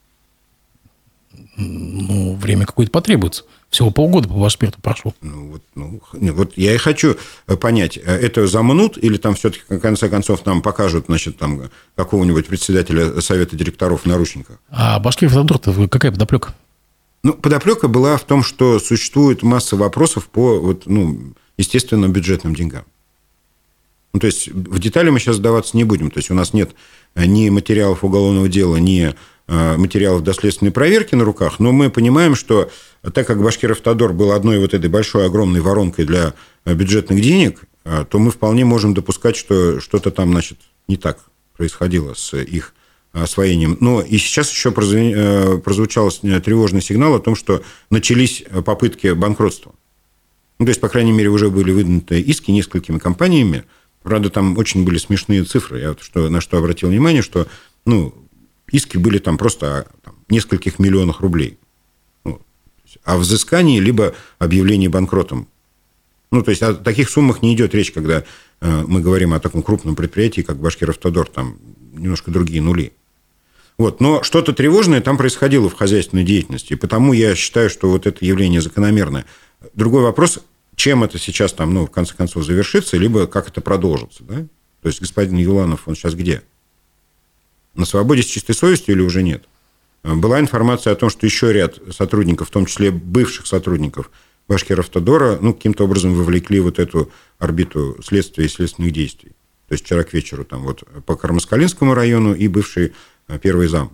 Ну, время какое-то потребуется. Всего полгода по Башпирту прошло. Ну вот, ну, вот я и хочу понять, это замнут или там все-таки, в конце концов, нам покажут, значит, там какого-нибудь председателя совета директоров в наручниках? А Башкиравтодор-то какая подоплека? Ну, подоплека была в том, что существует масса вопросов по, вот, ну, естественно, бюджетным деньгам. Ну, то есть, в детали мы сейчас сдаваться не будем. То есть, у нас нет ни материалов уголовного дела, ни материалов доследственной проверки на руках, но мы понимаем, что так как Башкиравтодор был одной вот этой большой, огромной воронкой для бюджетных денег, то мы вполне можем допускать, что что-то там, значит, не так происходило с их освоением. Но и сейчас еще прозвучал тревожный сигнал о том, что начались попытки банкротства. Ну, то есть, по крайней мере, уже были выдвинуты иски несколькими компаниями. Правда, там очень были смешные цифры. Я вот что, на что обратил внимание, что, ну, иски были там просто там, нескольких миллионах рублей. Ну, о взыскании, либо объявлении банкротом. Ну, то есть, о таких суммах не идет речь, когда э, мы говорим о таком крупном предприятии, как Башкиравтодор, там немножко другие нули. Вот. Но что-то тревожное там происходило в хозяйственной деятельности, и потому я считаю, что вот это явление закономерное. Другой вопрос, чем это сейчас там, ну, в конце концов завершится, либо как это продолжится. Да? То есть, господин Юланов, он сейчас где? На свободе с чистой совестью или уже нет? Была информация о том, что еще ряд сотрудников, в том числе бывших сотрудников Башкиравтодора, ну, каким-то образом вовлекли вот эту орбиту следствия и следственных действий. То есть, вчера к вечеру там вот по Кармаскалинскому району и бывший первый зам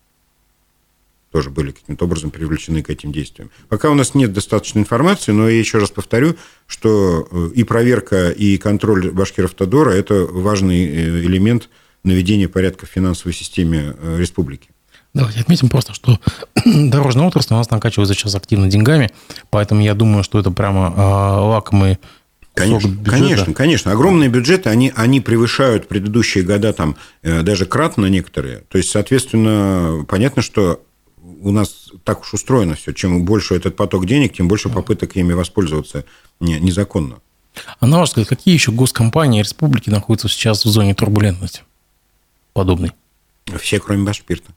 тоже были каким-то образом привлечены к этим действиям. Пока у нас нет достаточной информации, но я еще раз повторю, что и проверка, и контроль Башкиравтодора – это важный элемент наведения порядка в финансовой системе республики. Давайте отметим просто, что дорожная отрасль у нас накачивается сейчас активно деньгами, поэтому я думаю, что это прямо э, лакомый Конечно, конечно, конечно. Огромные бюджеты, они, они превышают предыдущие года там, даже кратно некоторые. То есть, соответственно, понятно, что у нас так уж устроено все. Чем больше этот поток денег, тем больше попыток ими воспользоваться незаконно. А на ваш взгляд, какие еще госкомпании республики находятся сейчас в зоне турбулентности подобной? Все, кроме Башпирта.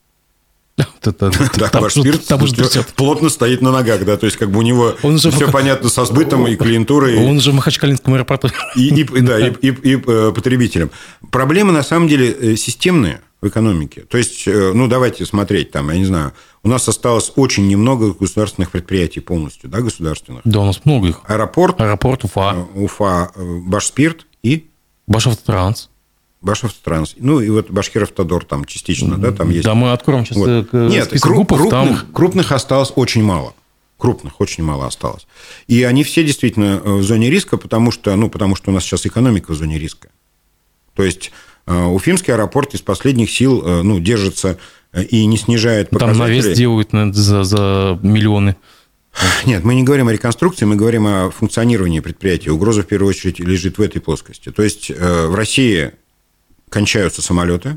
Да, Башпирт плотно стоит на ногах, да, то есть как бы у него все понятно со сбытом и клиентурой. Он же в Махачкалинском аэропорту. И потребителям. Проблемы на самом деле системные в экономике. То есть, ну, давайте смотреть там, я не знаю, у нас осталось очень немного государственных предприятий полностью, да, государственных. Да, у нас много их. Аэропорт. Аэропорт, Уфа. Уфа, Башспирт и... Башавтотранс. Башавтотранс. Ну, и вот Башкиравтодор там частично, да, там есть. Да, мы откроем сейчас вот. Нет, список круп, гупов, крупных, там... крупных осталось очень мало. Крупных очень мало осталось. И они все действительно в зоне риска, потому что, ну, потому что у нас сейчас экономика в зоне риска. То есть, Уфимский аэропорт из последних сил, ну, держится и не снижает показатели. Там навес делают за, за миллионы. Нет, мы не говорим о реконструкции, мы говорим о функционировании предприятия. Угроза, в первую очередь, лежит в этой плоскости. То есть, в России кончаются самолеты,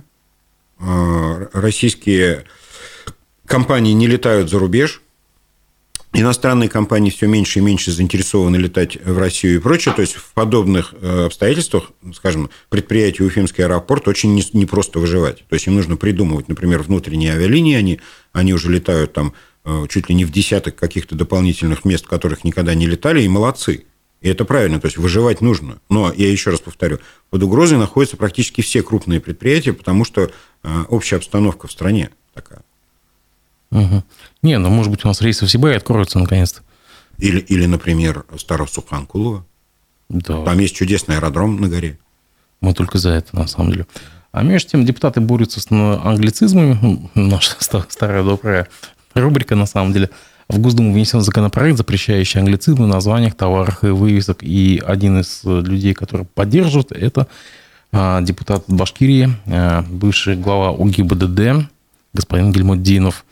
российские компании не летают за рубеж, иностранные компании все меньше и меньше заинтересованы летать в Россию и прочее. То есть, в подобных обстоятельствах, скажем, предприятию Уфимский аэропорт очень непросто выживать. То есть, им нужно придумывать, например, внутренние авиалинии, они, они уже летают там чуть ли не в десяток каких-то дополнительных мест, в которых никогда не летали, и молодцы. И это правильно, то есть выживать нужно. Но, я еще раз повторю, под угрозой находятся практически все крупные предприятия, потому что общая обстановка в стране такая. Угу. Не, ну, может быть, у нас рейсы в Сибирь откроются наконец-то. Или, или например, Старосуханкулово. Да. Там есть чудесный аэродром на горе. Мы только за это, на самом деле. А между тем, депутаты борются с англицизмами. Наша старая добрая рубрика, на самом деле. В Госдуму внесен законопроект, запрещающий англицизмы в названиях, товарах и вывесок. И один из людей, который поддерживает, это депутат Башкирии, бывший глава УГИБДД, господин Гильмутдинов.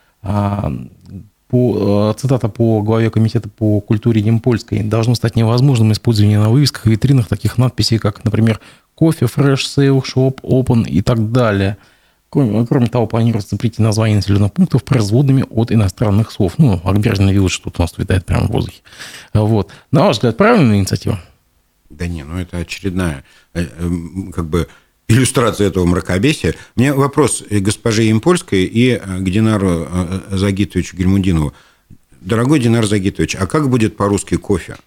По, цитата по главе Комитета по культуре Демпольской: должно стать невозможным использование на вывесках и витринах таких надписей, как, например, кофе, фреш, сейл, шоп, опен и так далее. Кроме, кроме того, планируется запретить названия населенных пунктов производными от иностранных слов. Ну, Акбердина Вилледж тут у нас витает прямо в воздухе. Вот. На ваш взгляд, правильная инициатива? Да не, ну это очередная как бы иллюстрация этого мракобесия. У меня вопрос к госпоже Ямпольской и к Динару Загитовичу Гильмудинову. Дорогой Динар Загитович, а как будет по-русски кофе?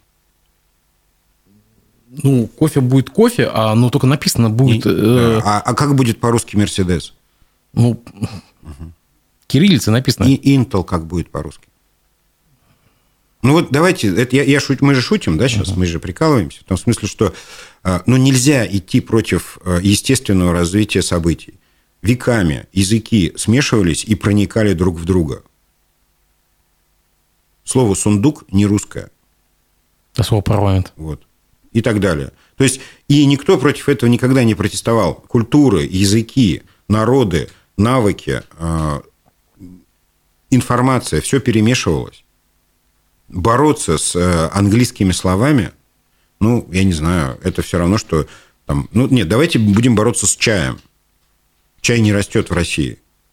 Ну, кофе будет кофе, а ну только написано будет... И, э... а, а как будет по-русски Мерседес? Ну, угу. Кириллица написано. И Intel как будет по-русски? Ну вот давайте, это я, я шут, мы же шутим, да, сейчас, uh-huh. мы же прикалываемся, в том смысле, что ну, нельзя идти против естественного развития событий. Веками языки смешивались и проникали друг в друга. Слово «сундук» не русское. А слово «парламент». Вот. И так далее. То есть, и никто против этого никогда не протестовал. Культуры, языки, народы, навыки, информация, все перемешивалось. Бороться с английскими словами, ну, я не знаю, это все равно, что там... Ну, нет, давайте будем бороться с чаем. Чай не растет в России.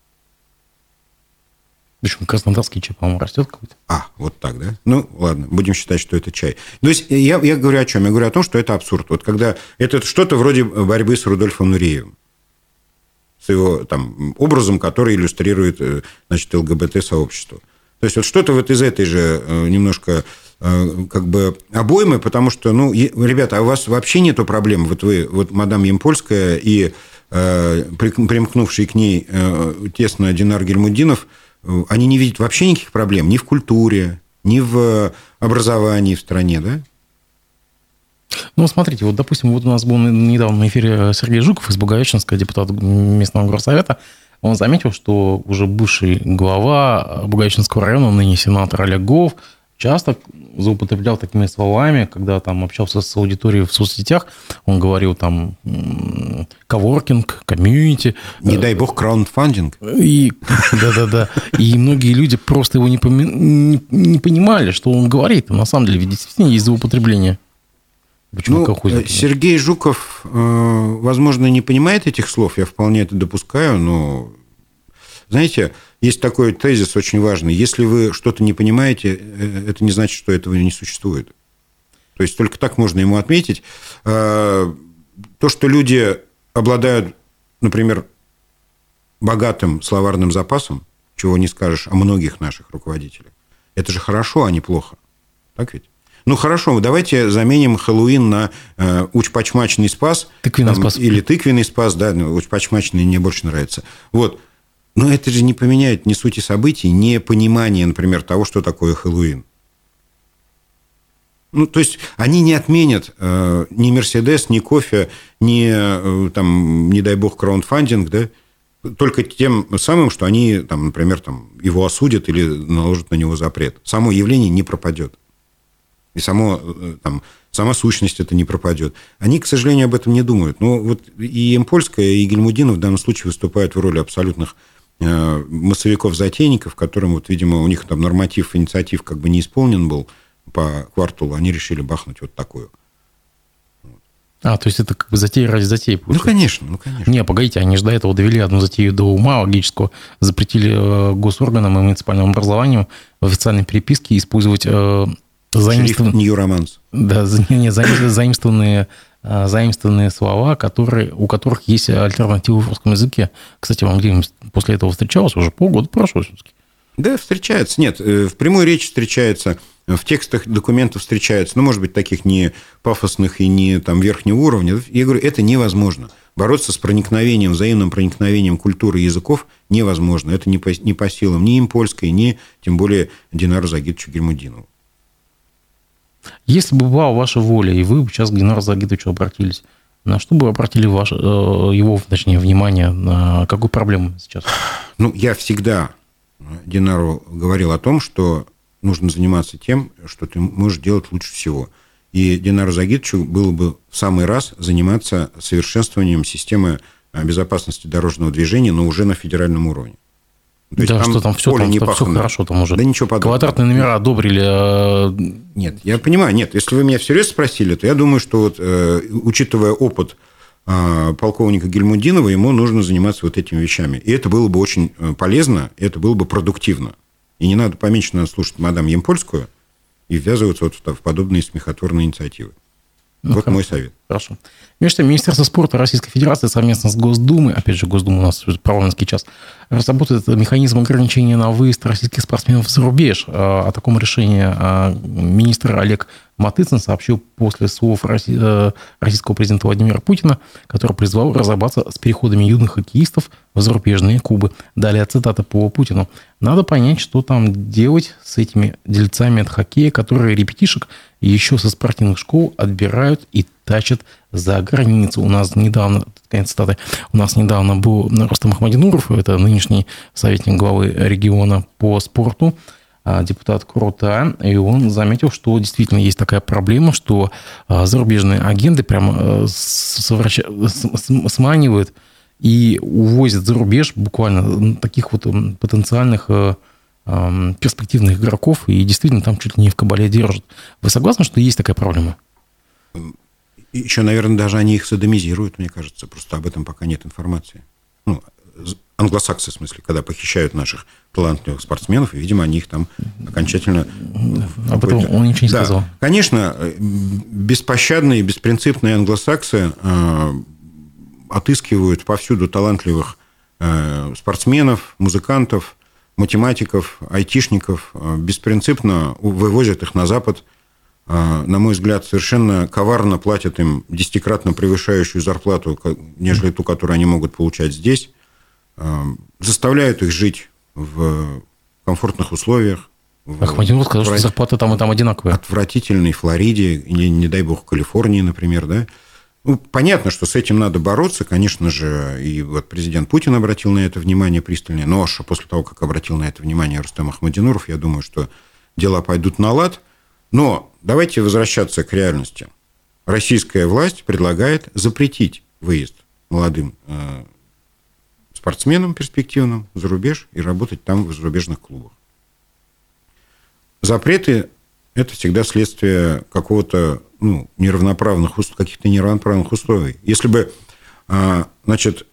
Причем краснодарский чай, по-моему, растет какой-то. А, вот так, да? Ну, ладно, будем считать, что это чай. То есть, я, я говорю о чем? Я говорю о том, что это абсурд. Вот когда это что-то вроде борьбы с Рудольфом Нуреевым. С его там образом, который иллюстрирует, значит, ЛГБТ-сообщество. То есть, вот что-то вот из этой же немножко как бы обоймы, потому что, ну, ребята, а у вас вообще нету проблем? Вот вы, вот мадам Ямпольская и э, примкнувший к ней э, тесно Динар Гильмудинов, они не видят вообще никаких проблем ни в культуре, ни в образовании в стране, да? Ну, смотрите, вот, допустим, вот у нас был недавно на эфире Сергей Жуков из Благовещенска, депутат местного горсовета. Он заметил, что уже бывший глава Благовещенского района, ныне сенатор Олег Голов, часто злоупотреблял такими словами, когда там общался с аудиторией в соцсетях, он говорил там коворкинг, комьюнити. Не дай бог краундфандинг. И, да-да-да. И многие люди просто его не, поми... не, не понимали, что он говорит. На самом деле, ведь действительно есть злоупотребление. Почему ну, Сергей Жуков, возможно, не понимает этих слов, я вполне это допускаю, но, знаете, есть такой тезис очень важный. Если вы что-то не понимаете, это не значит, что этого не существует. То есть, только так можно ему отметить. То, что люди обладают, например, богатым словарным запасом, чего не скажешь о многих наших руководителях, это же хорошо, а не плохо. Так ведь? Ну, хорошо, давайте заменим Хэллоуин на э, учпачмачный спас. Тыквенный там, спас. Или тыквенный спас, да, учпачмачный мне больше нравится. Вот. Но это же не поменяет ни сути событий, ни понимания, например, того, что такое Хэллоуин. Ну, то есть, они не отменят э, ни Мерседес, ни кофе, ни, э, там, не дай бог, краундфандинг, да, только тем самым, что они, там, например, там, его осудят или наложат на него запрет. Само явление не пропадет. И само, там, сама сущность это не пропадет. Они, к сожалению, об этом не думают. Но вот и Ямпольская, и Гильмудинов в данном случае выступают в роли абсолютных э, массовиков-затейников, которым, вот, видимо, у них там норматив инициатив как бы не исполнен был по кварталу, они решили бахнуть вот такую. А, то есть это как бы затея ради затеи получается? Ну, конечно, ну, конечно. Не, погодите, они же до этого довели одну затею до ума логического, запретили госорганам и муниципальному образованию в официальной переписке использовать... Э, Заимствован... Нью-романс. Да, не, заимствованные, заимствованные слова, которые, у которых есть альтернативы в русском языке. Кстати, вам где-нибудь после этого встречалось? Уже полгода прошло все-таки. Да, встречается. Нет, в прямой речи встречается, в текстах документов встречается, ну, может быть, таких не пафосных и не там верхнего уровня. Я говорю, это невозможно. Бороться с проникновением, взаимным проникновением культуры и языков невозможно. Это не по, не по силам ни Ямпольской, ни, тем более, Динару Загитовичу Гильмудинову. Если бы была ваша воля, и вы сейчас к Динару Загитовичу обратились, на что бы обратили ваше, его, точнее, внимание, на какую проблему сейчас? Ну, я всегда Динару говорил о том, что нужно заниматься тем, что ты можешь делать лучше всего. И Динару Загитовичу было бы в самый раз заниматься совершенствованием системы безопасности дорожного движения, но уже на федеральном уровне. То есть да, там что там все, там, что, все хорошо там уже. Да ничего подобного. Квадратные номера одобрили. Нет, я понимаю, нет. Если вы меня всерьез спросили, то я думаю, что вот, э, учитывая опыт э, полковника Гильмудинова, ему нужно заниматься вот этими вещами. И это было бы очень полезно, и это было бы продуктивно. И не надо поменьше надо слушать мадам Ямпольскую и ввязываться вот в подобные смехотворные инициативы. Ну, вот хорошо. Мой совет. Хорошо. Между тем, Министерство спорта Российской Федерации совместно с Госдумой, опять же, Госдума у нас парламентский час, разработает механизм ограничения на выезд российских спортсменов за рубеж. О таком решении министр Олег Матыцын сообщил после слов российского президента Владимира Путина, который призвал разобраться с переходами юных хоккеистов в зарубежные клубы. Далее цитата по Путину. «Надо понять, что там делать с этими дельцами от хоккея, которые ребятишек еще со спортивных школ отбирают и тащат за границу». У нас недавно, конец цитаты, у нас недавно был Рустам Ахмадинуров, это нынешний советник главы региона по спорту, депутат Крута, и он заметил, что действительно есть такая проблема, что зарубежные агенты прямо сманивают и увозят за рубеж буквально таких вот потенциальных перспективных игроков, и действительно там чуть ли не в кабале держат. Вы согласны, что есть такая проблема? Еще, наверное, даже они их содомизируют, мне кажется. Просто об этом пока нет информации. Ну, англосаксы, в смысле, когда похищают наших талантливых спортсменов, и, видимо, они их там окончательно... Об этом он ничего не да. сказал. Конечно, беспощадные, беспринципные англосаксы э, отыскивают повсюду талантливых э, спортсменов, музыкантов, математиков, айтишников, э, беспринципно вывозят их на Запад. Э, на мой взгляд, совершенно коварно платят им десятикратно превышающую зарплату, нежели ту, которую они могут получать здесь. Заставляют их жить в комфортных условиях. Ахмадинов сказал, отврат... что зарплата там и там одинаковая. Отвратительной Флориде, не, не дай бог, Калифорнии, например. Да? Ну, понятно, что с этим надо бороться, конечно же. И вот президент Путин обратил на это внимание пристальнее. Но аж после того, как обратил на это внимание Рустам Ахмадинуров, я думаю, что дела пойдут на лад. Но давайте возвращаться к реальности. Российская власть предлагает запретить выезд молодым спортсменам перспективным за рубеж и работать там в зарубежных клубах. Запреты – это всегда следствие какого-то ну, неравноправных, каких-то неравноправных условий. Если бы, значит,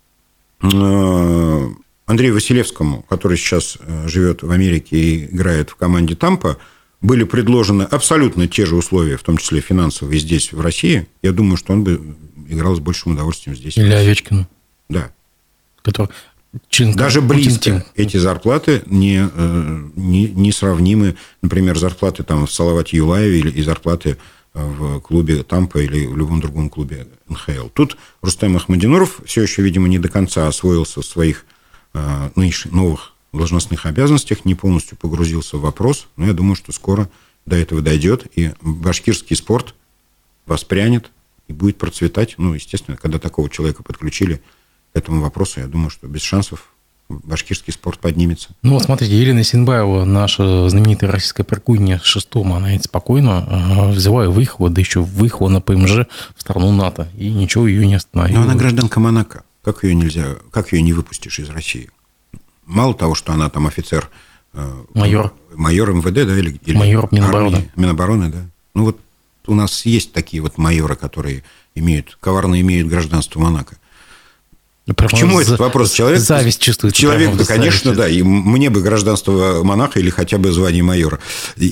Андрею Василевскому, который сейчас живет в Америке и играет в команде Тампа, были предложены абсолютно те же условия, в том числе финансовые, здесь, в России, я думаю, что он бы играл с большим удовольствием здесь. Или Овечкину. Да. Который... Даже близко эти зарплаты не, не, не сравнимы, например, зарплаты там в Салавате Юлаеве или и зарплаты в клубе Тампа или в любом другом клубе эн ха эл. Тут Рустам Ахмадинуров все еще, видимо, не до конца освоился в своих нынешних новых должностных обязанностях, не полностью погрузился в вопрос, но я думаю, что скоро до этого дойдет, и башкирский спорт воспрянет и будет процветать. Ну, естественно, когда такого человека подключили к этому вопросу, я думаю, что без шансов башкирский спорт поднимется. Ну, вот смотрите, Елена Синбаева, наша знаменитая российская прыгунья с шестом, она ведь спокойно взяла и выехала, да еще выехала на пэ эм жэ в страну НАТО, и ничего ее не остановило. Но она гражданка Монако. Как ее нельзя, как ее не выпустишь из России? Мало того, что она там офицер... Майор. Майор эм вэ дэ, да? Или, или майор Минобороны. Армии, Минобороны, да. Ну, вот у нас есть такие вот майоры, которые имеют, коварно имеют гражданство Монако. Прямо К чему за... этот вопрос? Человек, зависть чувствует. Человек, да, конечно, да. И мне бы гражданство монаха или хотя бы звание майора.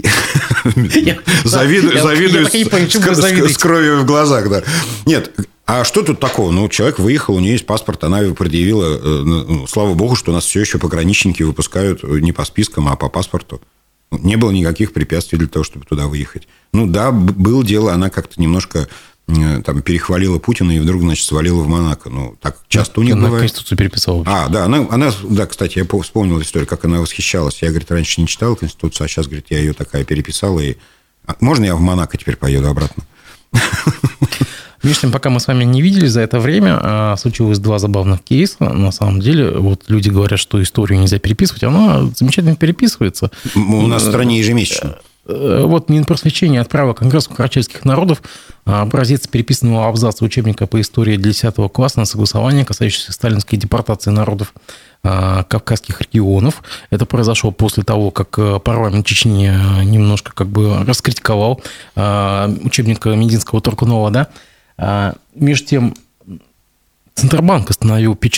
Завидую с кровью в глазах, да. Нет, а что тут такого? Ну, человек выехал, у нее есть паспорт, она его предъявила. Ну, слава богу, что у нас все еще пограничники выпускают не по спискам, а по паспорту. Не было никаких препятствий для того, чтобы туда выехать. Ну, да, было дело, она как-то немножко... там перехвалила Путина и вдруг, значит, свалила в Монако. Ну, так часто у них она бывает. Она Конституцию переписала. А, да, она, она, да, кстати, я вспомнил историю, как она восхищалась. Я, говорит, раньше не читал Конституцию, а сейчас, говорит, я ее такая переписала. И... Можно я в Монако теперь поеду обратно? Между тем, пока мы с вами не видели за это время, случилось два забавных кейса. На самом деле, вот люди говорят, что историю нельзя переписывать, она замечательно переписывается. У нас в стране ежемесячно. Вот Минпросвещение отправило Конгрессу карачаевских народов образец переписанного абзаца учебника по истории для десятого класса на согласование, касающееся сталинской депортации народов кавказских регионов. Это произошло после того, как парламент Чечни немножко как бы раскритиковал учебник Мединского Туркунова, да. Между тем, Центробанк остановил печать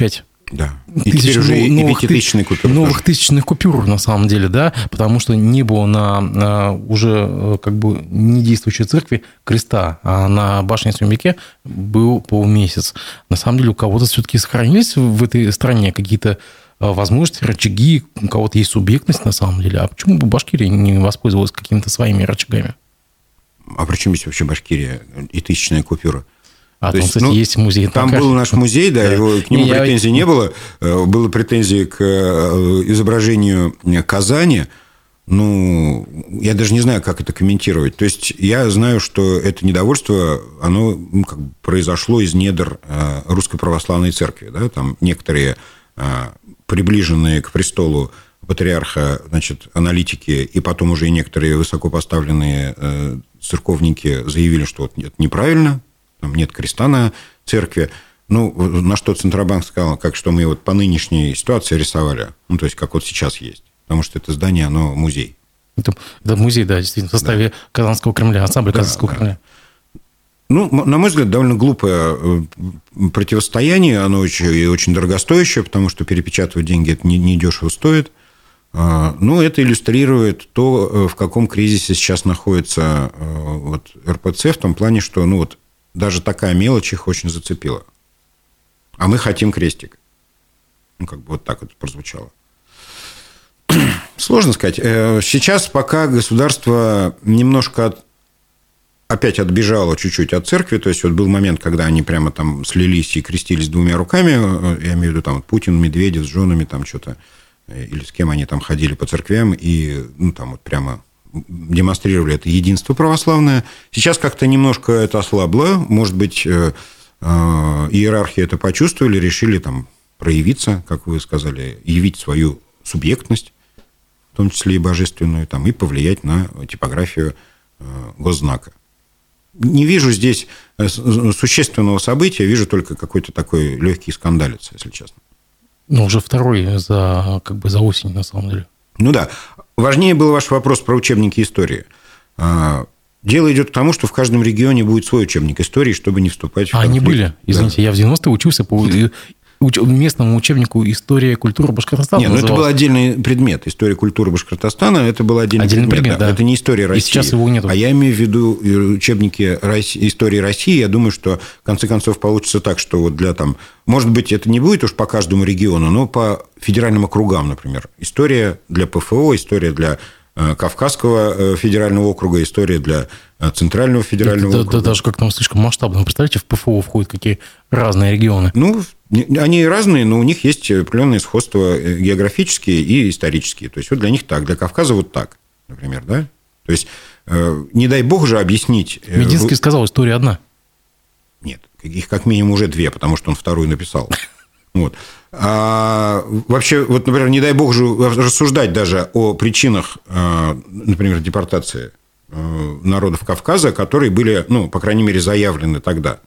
Да. И тысяч, теперь уже новых, и пятитысячных купюр. Новых тысячных купюр, на самом деле, да, потому что не было на, на уже как бы не действующей церкви креста, а на башне Сюмбике был полмесяц. На самом деле у кого-то все-таки сохранились в этой стране какие-то возможности, рычаги, у кого-то есть субъектность на самом деле. А почему бы Башкирия не воспользовалась какими-то своими рычагами? А при чем здесь вообще Башкирия и тысячная купюра? А, там, есть, кстати, ну, есть музей. Там был наш музей, да, да. Его, к нему не, претензий я... не было. Было претензии к изображению Казани. Ну, я даже не знаю, как это комментировать. То есть, я знаю, что это недовольство, оно ну, как бы произошло из недр Русской Православной Церкви. Да? Там некоторые приближенные к престолу патриарха, значит, аналитики, и потом уже и некоторые высокопоставленные церковники заявили, что вот это неправильно, там нет креста на церкви. Ну, на что Центробанк сказал, как что мы вот по нынешней ситуации рисовали, ну, то есть, как вот сейчас есть. Потому что это здание, оно музей. Это, это музей, да, действительно, в составе да. Казанского Кремля, ансамбля да, Казанского да. Кремля. Ну, на мой взгляд, довольно глупое противостояние, оно очень, очень дорогостоящее, потому что перепечатывать деньги это недешево стоит. Но это иллюстрирует то, в каком кризисе сейчас находится вот эр пэ цэ, в том плане, что ну, вот, даже такая мелочь их очень зацепила. А мы хотим крестик. Ну, как бы вот так вот прозвучало. Сложно сказать. Сейчас пока государство немножко от... опять отбежало чуть-чуть от церкви, то есть вот был момент, когда они прямо там слились и крестились двумя руками, я имею в виду там Путин, Медведев с женами там что-то, или с кем они там ходили по церквям и ну, там вот прямо демонстрировали это единство православное. Сейчас как-то немножко это ослабло, может быть, иерархи это почувствовали, решили там проявиться, как вы сказали, явить свою субъектность, в том числе и божественную, там, и повлиять на типографию госзнака. Не вижу здесь существенного события, вижу только какой-то такой легкий скандалец, если честно. Ну, уже второй за, как бы за осень, на самом деле. Ну да. Важнее был ваш вопрос про учебники истории. Дело идет к тому, что в каждом регионе будет свой учебник истории, чтобы не вступать в конфликт. А они были? Извините, да. Я в девяностые учился по местному учебнику «История культуры Башкортостана». Нет, ну это был отдельный предмет. История культуры Башкортостана, это был отдельный, отдельный предмет. предмет да. Да. Это не история России. И сейчас его нет. А я имею в виду учебники истории России. Я думаю, что в конце концов получится так, что вот для там... Может быть, это не будет уж по каждому региону, но по федеральным округам, например. История для пэ эф о, история для Кавказского федерального округа, история для Центрального федерального да, округа. Да, даже как-то слишком масштабно. Представляете, в пэ эф о входят какие разные регионы. Ну, они разные, но у них есть определенные сходства географические и исторические. То есть, вот для них так, для Кавказа вот так, например, да? То есть, не дай бог же объяснить... Мединский сказал, история одна. Нет, их как минимум уже две, потому что он вторую написал. Вот. А вообще, вот, например, не дай бог же рассуждать даже о причинах, например, депортации народов Кавказа, которые были, ну, по крайней мере, заявлены тогда.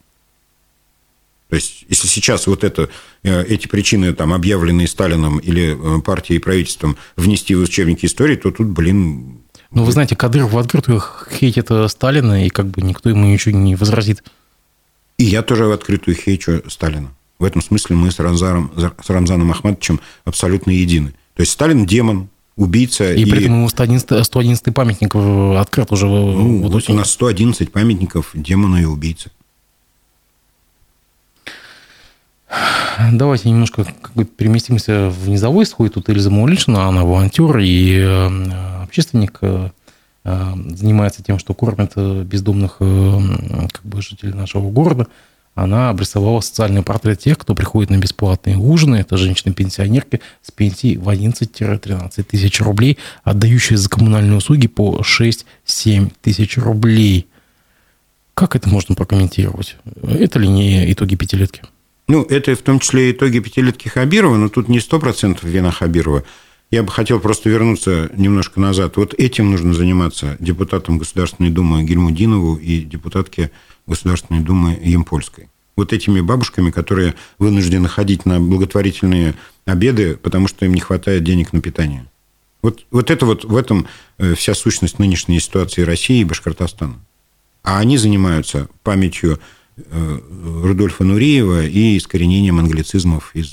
То есть, если сейчас вот это, эти причины, там, объявленные Сталином или партией и правительством, внести в учебники истории, то тут, блин... Ну, вы знаете, Кадыров в открытую хейтит Сталина, и как бы никто ему ничего не возразит. И я тоже в открытую хейчу Сталина. В этом смысле мы с, Рамзаном, с Рамзаном Ахматовичем абсолютно едины. То есть, Сталин – демон, убийца. И, и... при этом ему сто одиннадцатый памятник открыт уже. Ну, вот у нас сто одиннадцать памятников демона и убийцы. Давайте немножко как бы переместимся в низовой слой. Тут Эльза Маулишина, она волонтер и общественник, занимается тем, что кормит бездомных как бы, жителей нашего города. Она обрисовала социальный портрет тех, кто приходит на бесплатные ужины. Это женщины-пенсионерки с пенсией в одиннадцать-тринадцать тысяч рублей, отдающие за коммунальные услуги по шесть-семь тысяч рублей. Как это можно прокомментировать? Это ли не итоги пятилетки? Ну, это в том числе итоги пятилетки Хабирова, но тут не сто процентов вина Хабирова. Я бы хотел просто вернуться немножко назад. Вот этим нужно заниматься депутатам Государственной Думы Гильмудинову и депутатке Государственной Думы Ямпольской. Вот этими бабушками, которые вынуждены ходить на благотворительные обеды, потому что им не хватает денег на питание. Вот, вот это вот в этом вся сущность нынешней ситуации России и Башкортостана. А они занимаются памятью Рудольфа Нуриева и искоренением англицизмов из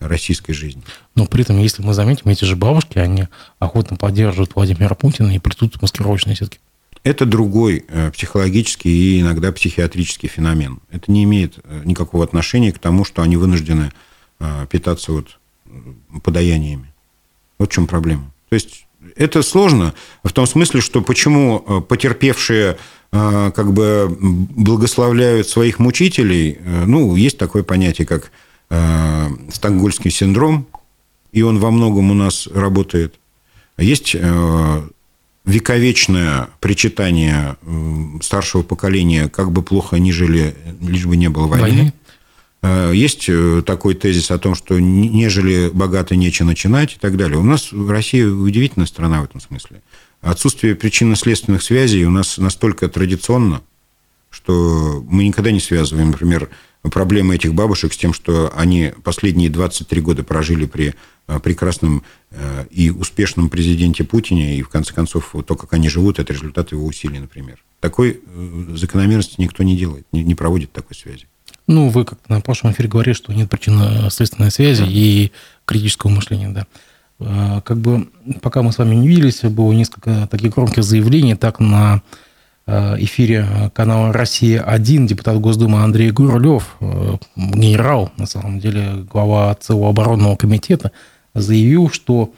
российской жизни. Но при этом, если мы заметим, эти же бабушки, они охотно поддерживают Владимира Путина и плетут маскировочные сетки. Это другой психологический и иногда психиатрический феномен. Это не имеет никакого отношения к тому, что они вынуждены питаться вот подаяниями. Вот в чем проблема. То есть это сложно в том смысле, что почему потерпевшие как бы благословляют своих мучителей. Ну, есть такое понятие, как стокгольмский синдром, и он во многом у нас работает. Есть вековечное причитание старшего поколения, как бы плохо ни жили, лишь бы не было войны. войны. Есть такой тезис о том, что нежели богато, нечего начинать и так далее. У нас Россия удивительная страна в этом смысле. Отсутствие причинно-следственных связей у нас настолько традиционно, что мы никогда не связываем, например, проблемы этих бабушек с тем, что они последние двадцать три года прожили при прекрасном и успешном президенте Путине, и, в конце концов, то, как они живут, это результат его усилий, например. Такой закономерности никто не делает, не проводит такой связи. Ну, вы как-то на прошлом эфире говорили, что нет причинно-следственной связи и критического мышления, да. Как бы, пока мы с вами не виделись, было несколько таких громких заявлений, так на эфире канала «Россия-один» депутат Госдумы Андрей Гурулев, генерал, на самом деле, глава целого оборонного комитета, заявил, что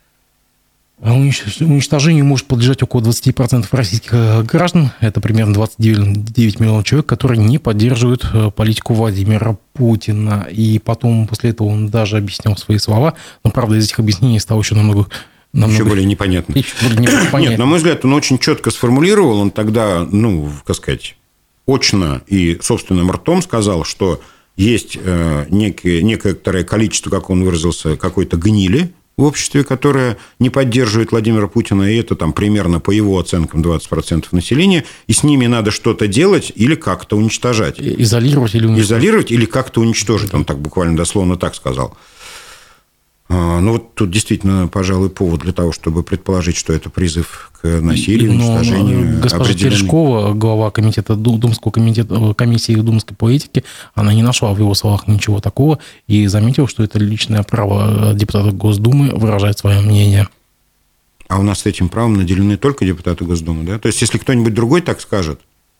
уничтожению может подлежать около двадцать процентов российских граждан. Это примерно двадцать девять миллионов человек, которые не поддерживают политику Владимира Путина. И потом, после этого, он даже объяснил свои слова. Но, правда, из этих объяснений стало еще намного... Намного... Еще более непонятно. Еще более непонятно. Нет, на мой взгляд, он очень четко сформулировал. Он тогда, ну, как сказать, очно и собственным ртом сказал, что есть некое, некоторое количество, как он выразился, какой-то гнили в обществе, которое не поддерживает Владимира Путина, и это там примерно, по его оценкам, двадцать процентов населения, и с ними надо что-то делать или как-то уничтожать. Изолировать или уничтожить. Изолировать или как-то уничтожить. Он так буквально дословно так сказал. Ну, вот тут действительно, пожалуй, повод для того, чтобы предположить, что это призыв к насилию, уничтожению. Госпожа определенной... Терешкова, глава комитета, Думского комитета, комиссии Думской политики, она не нашла в его словах ничего такого и заметила, что это личное право депутата Госдумы выражать свое мнение. А у нас с этим правом наделены только депутаты Госдумы, да? То есть, если кто-нибудь другой так скажет,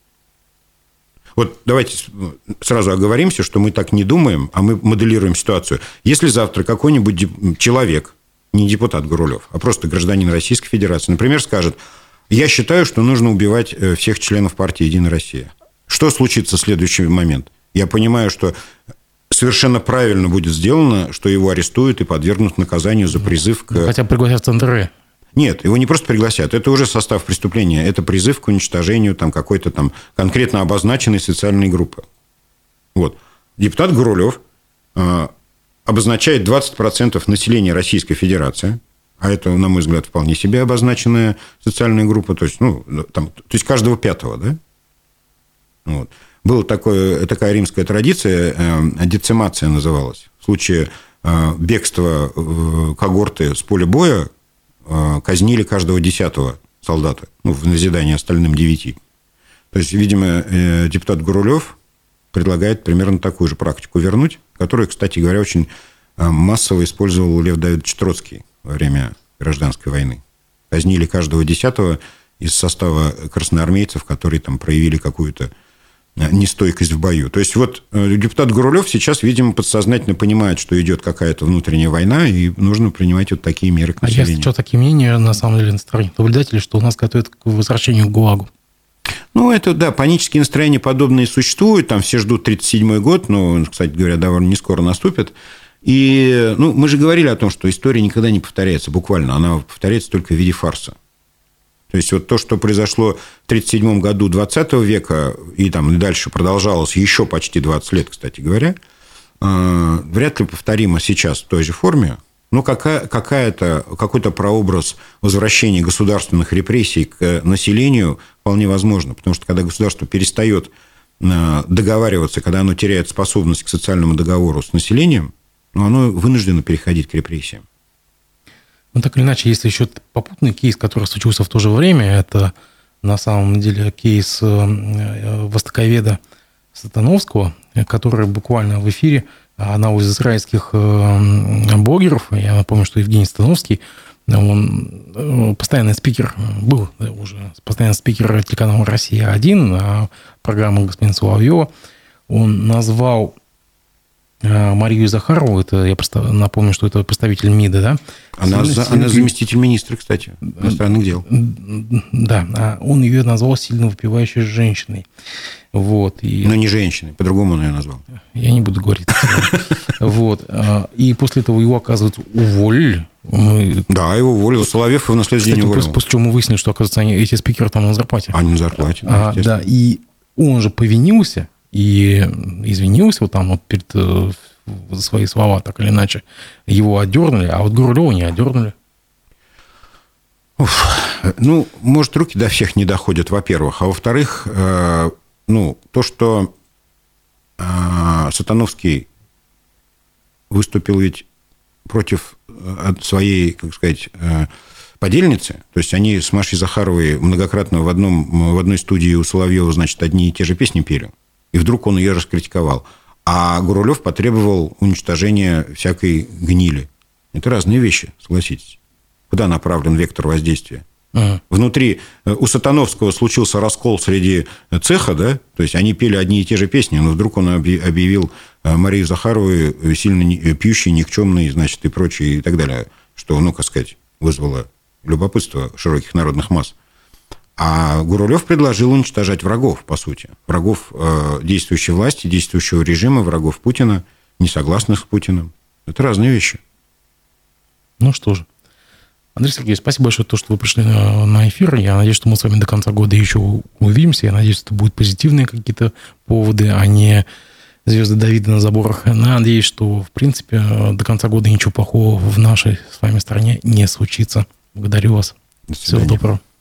вот давайте сразу оговоримся, что мы так не думаем, а мы моделируем ситуацию. Если завтра какой-нибудь человек, не депутат Гурулев, а просто гражданин Российской Федерации, например, скажет: я считаю, что нужно убивать всех членов партии «Единая Россия». Что случится в следующий момент? Я понимаю, что совершенно правильно будет сделано, что его арестуют и подвергнут наказанию за призыв к... Хотя пригласят в Центр. Нет, его не просто пригласят, это уже состав преступления, это призыв к уничтожению там, какой-то там конкретно обозначенной социальной группы. Вот. Депутат Гурулев э, обозначает двадцать процентов населения Российской Федерации, а это, на мой взгляд, вполне себе обозначенная социальная группа, то есть, ну, там, то есть каждого пятого, да? Вот. Была такое, такая римская традиция, э, децимация называлась, в случае э, бегства э, когорты с поля боя, казнили каждого десятого солдата, ну, в назидание остальным девяти. То есть, видимо, депутат Гурулев предлагает примерно такую же практику вернуть, которую, кстати говоря, очень массово использовал Лев Давидович Троцкий во время гражданской войны. Казнили каждого десятого из состава красноармейцев, которые там проявили какую-то нестойкость в бою. То есть, вот депутат Гурулев сейчас, видимо, подсознательно понимает, что идет какая-то внутренняя война, и нужно принимать вот такие меры к населению. А есть что, такие мнения, на самом деле, на стороне наблюдателей, что у нас готовят к возвращению к ГУЛАГу? Ну, это, да, панические настроения подобные существуют, там все ждут тридцать седьмой год, но, кстати говоря, довольно не скоро наступит. И, ну, мы же говорили о том, что история никогда не повторяется, буквально, она повторяется только в виде фарса. То есть, вот то, что произошло в тридцать седьмом году двадцатого века, и там дальше продолжалось еще почти двадцать лет, кстати говоря, вряд ли повторимо сейчас в той же форме. Но какая, какая-то, какой-то прообраз возвращения государственных репрессий к населению вполне возможно. Потому что, когда государство перестает договариваться, когда оно теряет способность к социальному договору с населением, ну, оно вынуждено переходить к репрессиям. Ну, так или иначе, есть еще попутный кейс, который случился в то же время. Это, на самом деле, кейс востоковеда Сатановского, который буквально в эфире одного из израильских блогеров, я напомню, что Евгений Становский, он постоянный спикер, был уже постоянный спикер телеканала «Россия-один», программы господина Соловьева. Он назвал Марию Захарову, это я напомню, что это представитель МИДа, да? Она, за, она заместитель министра, кстати, иностранных дел. Да, он ее назвал сильно выпивающей женщиной. Вот, и... Но не женщиной, по-другому он ее назвал. Я не буду говорить. Вот. И после этого его, оказывается, уволили. Мы... Да, его уволил. Соловьев его на следующий день уволил. После чего мы выяснили, что, оказывается, они, эти спикеры там на зарплате. Они на зарплате, да, а, да, и он же повинился и извинился вот там вот перед за свои слова, так или иначе. Его отдернули, а вот Гурулева не отдернули. Уф. Ну, может, руки до всех не доходят, во-первых. А во-вторых, э, ну, то, что э, Сатановский выступил ведь против своей, как сказать, э, подельницы, то есть они с Машей Захаровой многократно в, одном, в одной студии у Соловьева, значит, одни и те же песни пели, и вдруг он ее раскритиковал. А Гурулев потребовал уничтожения всякой гнили. Это разные вещи, согласитесь. Куда направлен вектор воздействия? Uh-huh. Внутри у Сатановского случился раскол среди цеха, да, то есть они пели одни и те же песни, но вдруг он объявил Марию Захарову сильно пьющей, никчемной, значит, и прочее, и так далее, что, ну, как сказать, вызвало любопытство широких народных масс. А Гурулев предложил уничтожать врагов, по сути. Врагов действующей власти, действующего режима, врагов Путина, несогласных с Путиным. Это разные вещи. Ну что же. Андрей Сергеевич, спасибо большое, то, что вы пришли на эфир. Я надеюсь, что мы с вами до конца года еще увидимся. Я надеюсь, что будут позитивные какие-то поводы, а не звезды Давида на заборах. Надеюсь, что, в принципе, до конца года ничего плохого в нашей с вами стране не случится. Благодарю вас. Всего доброго.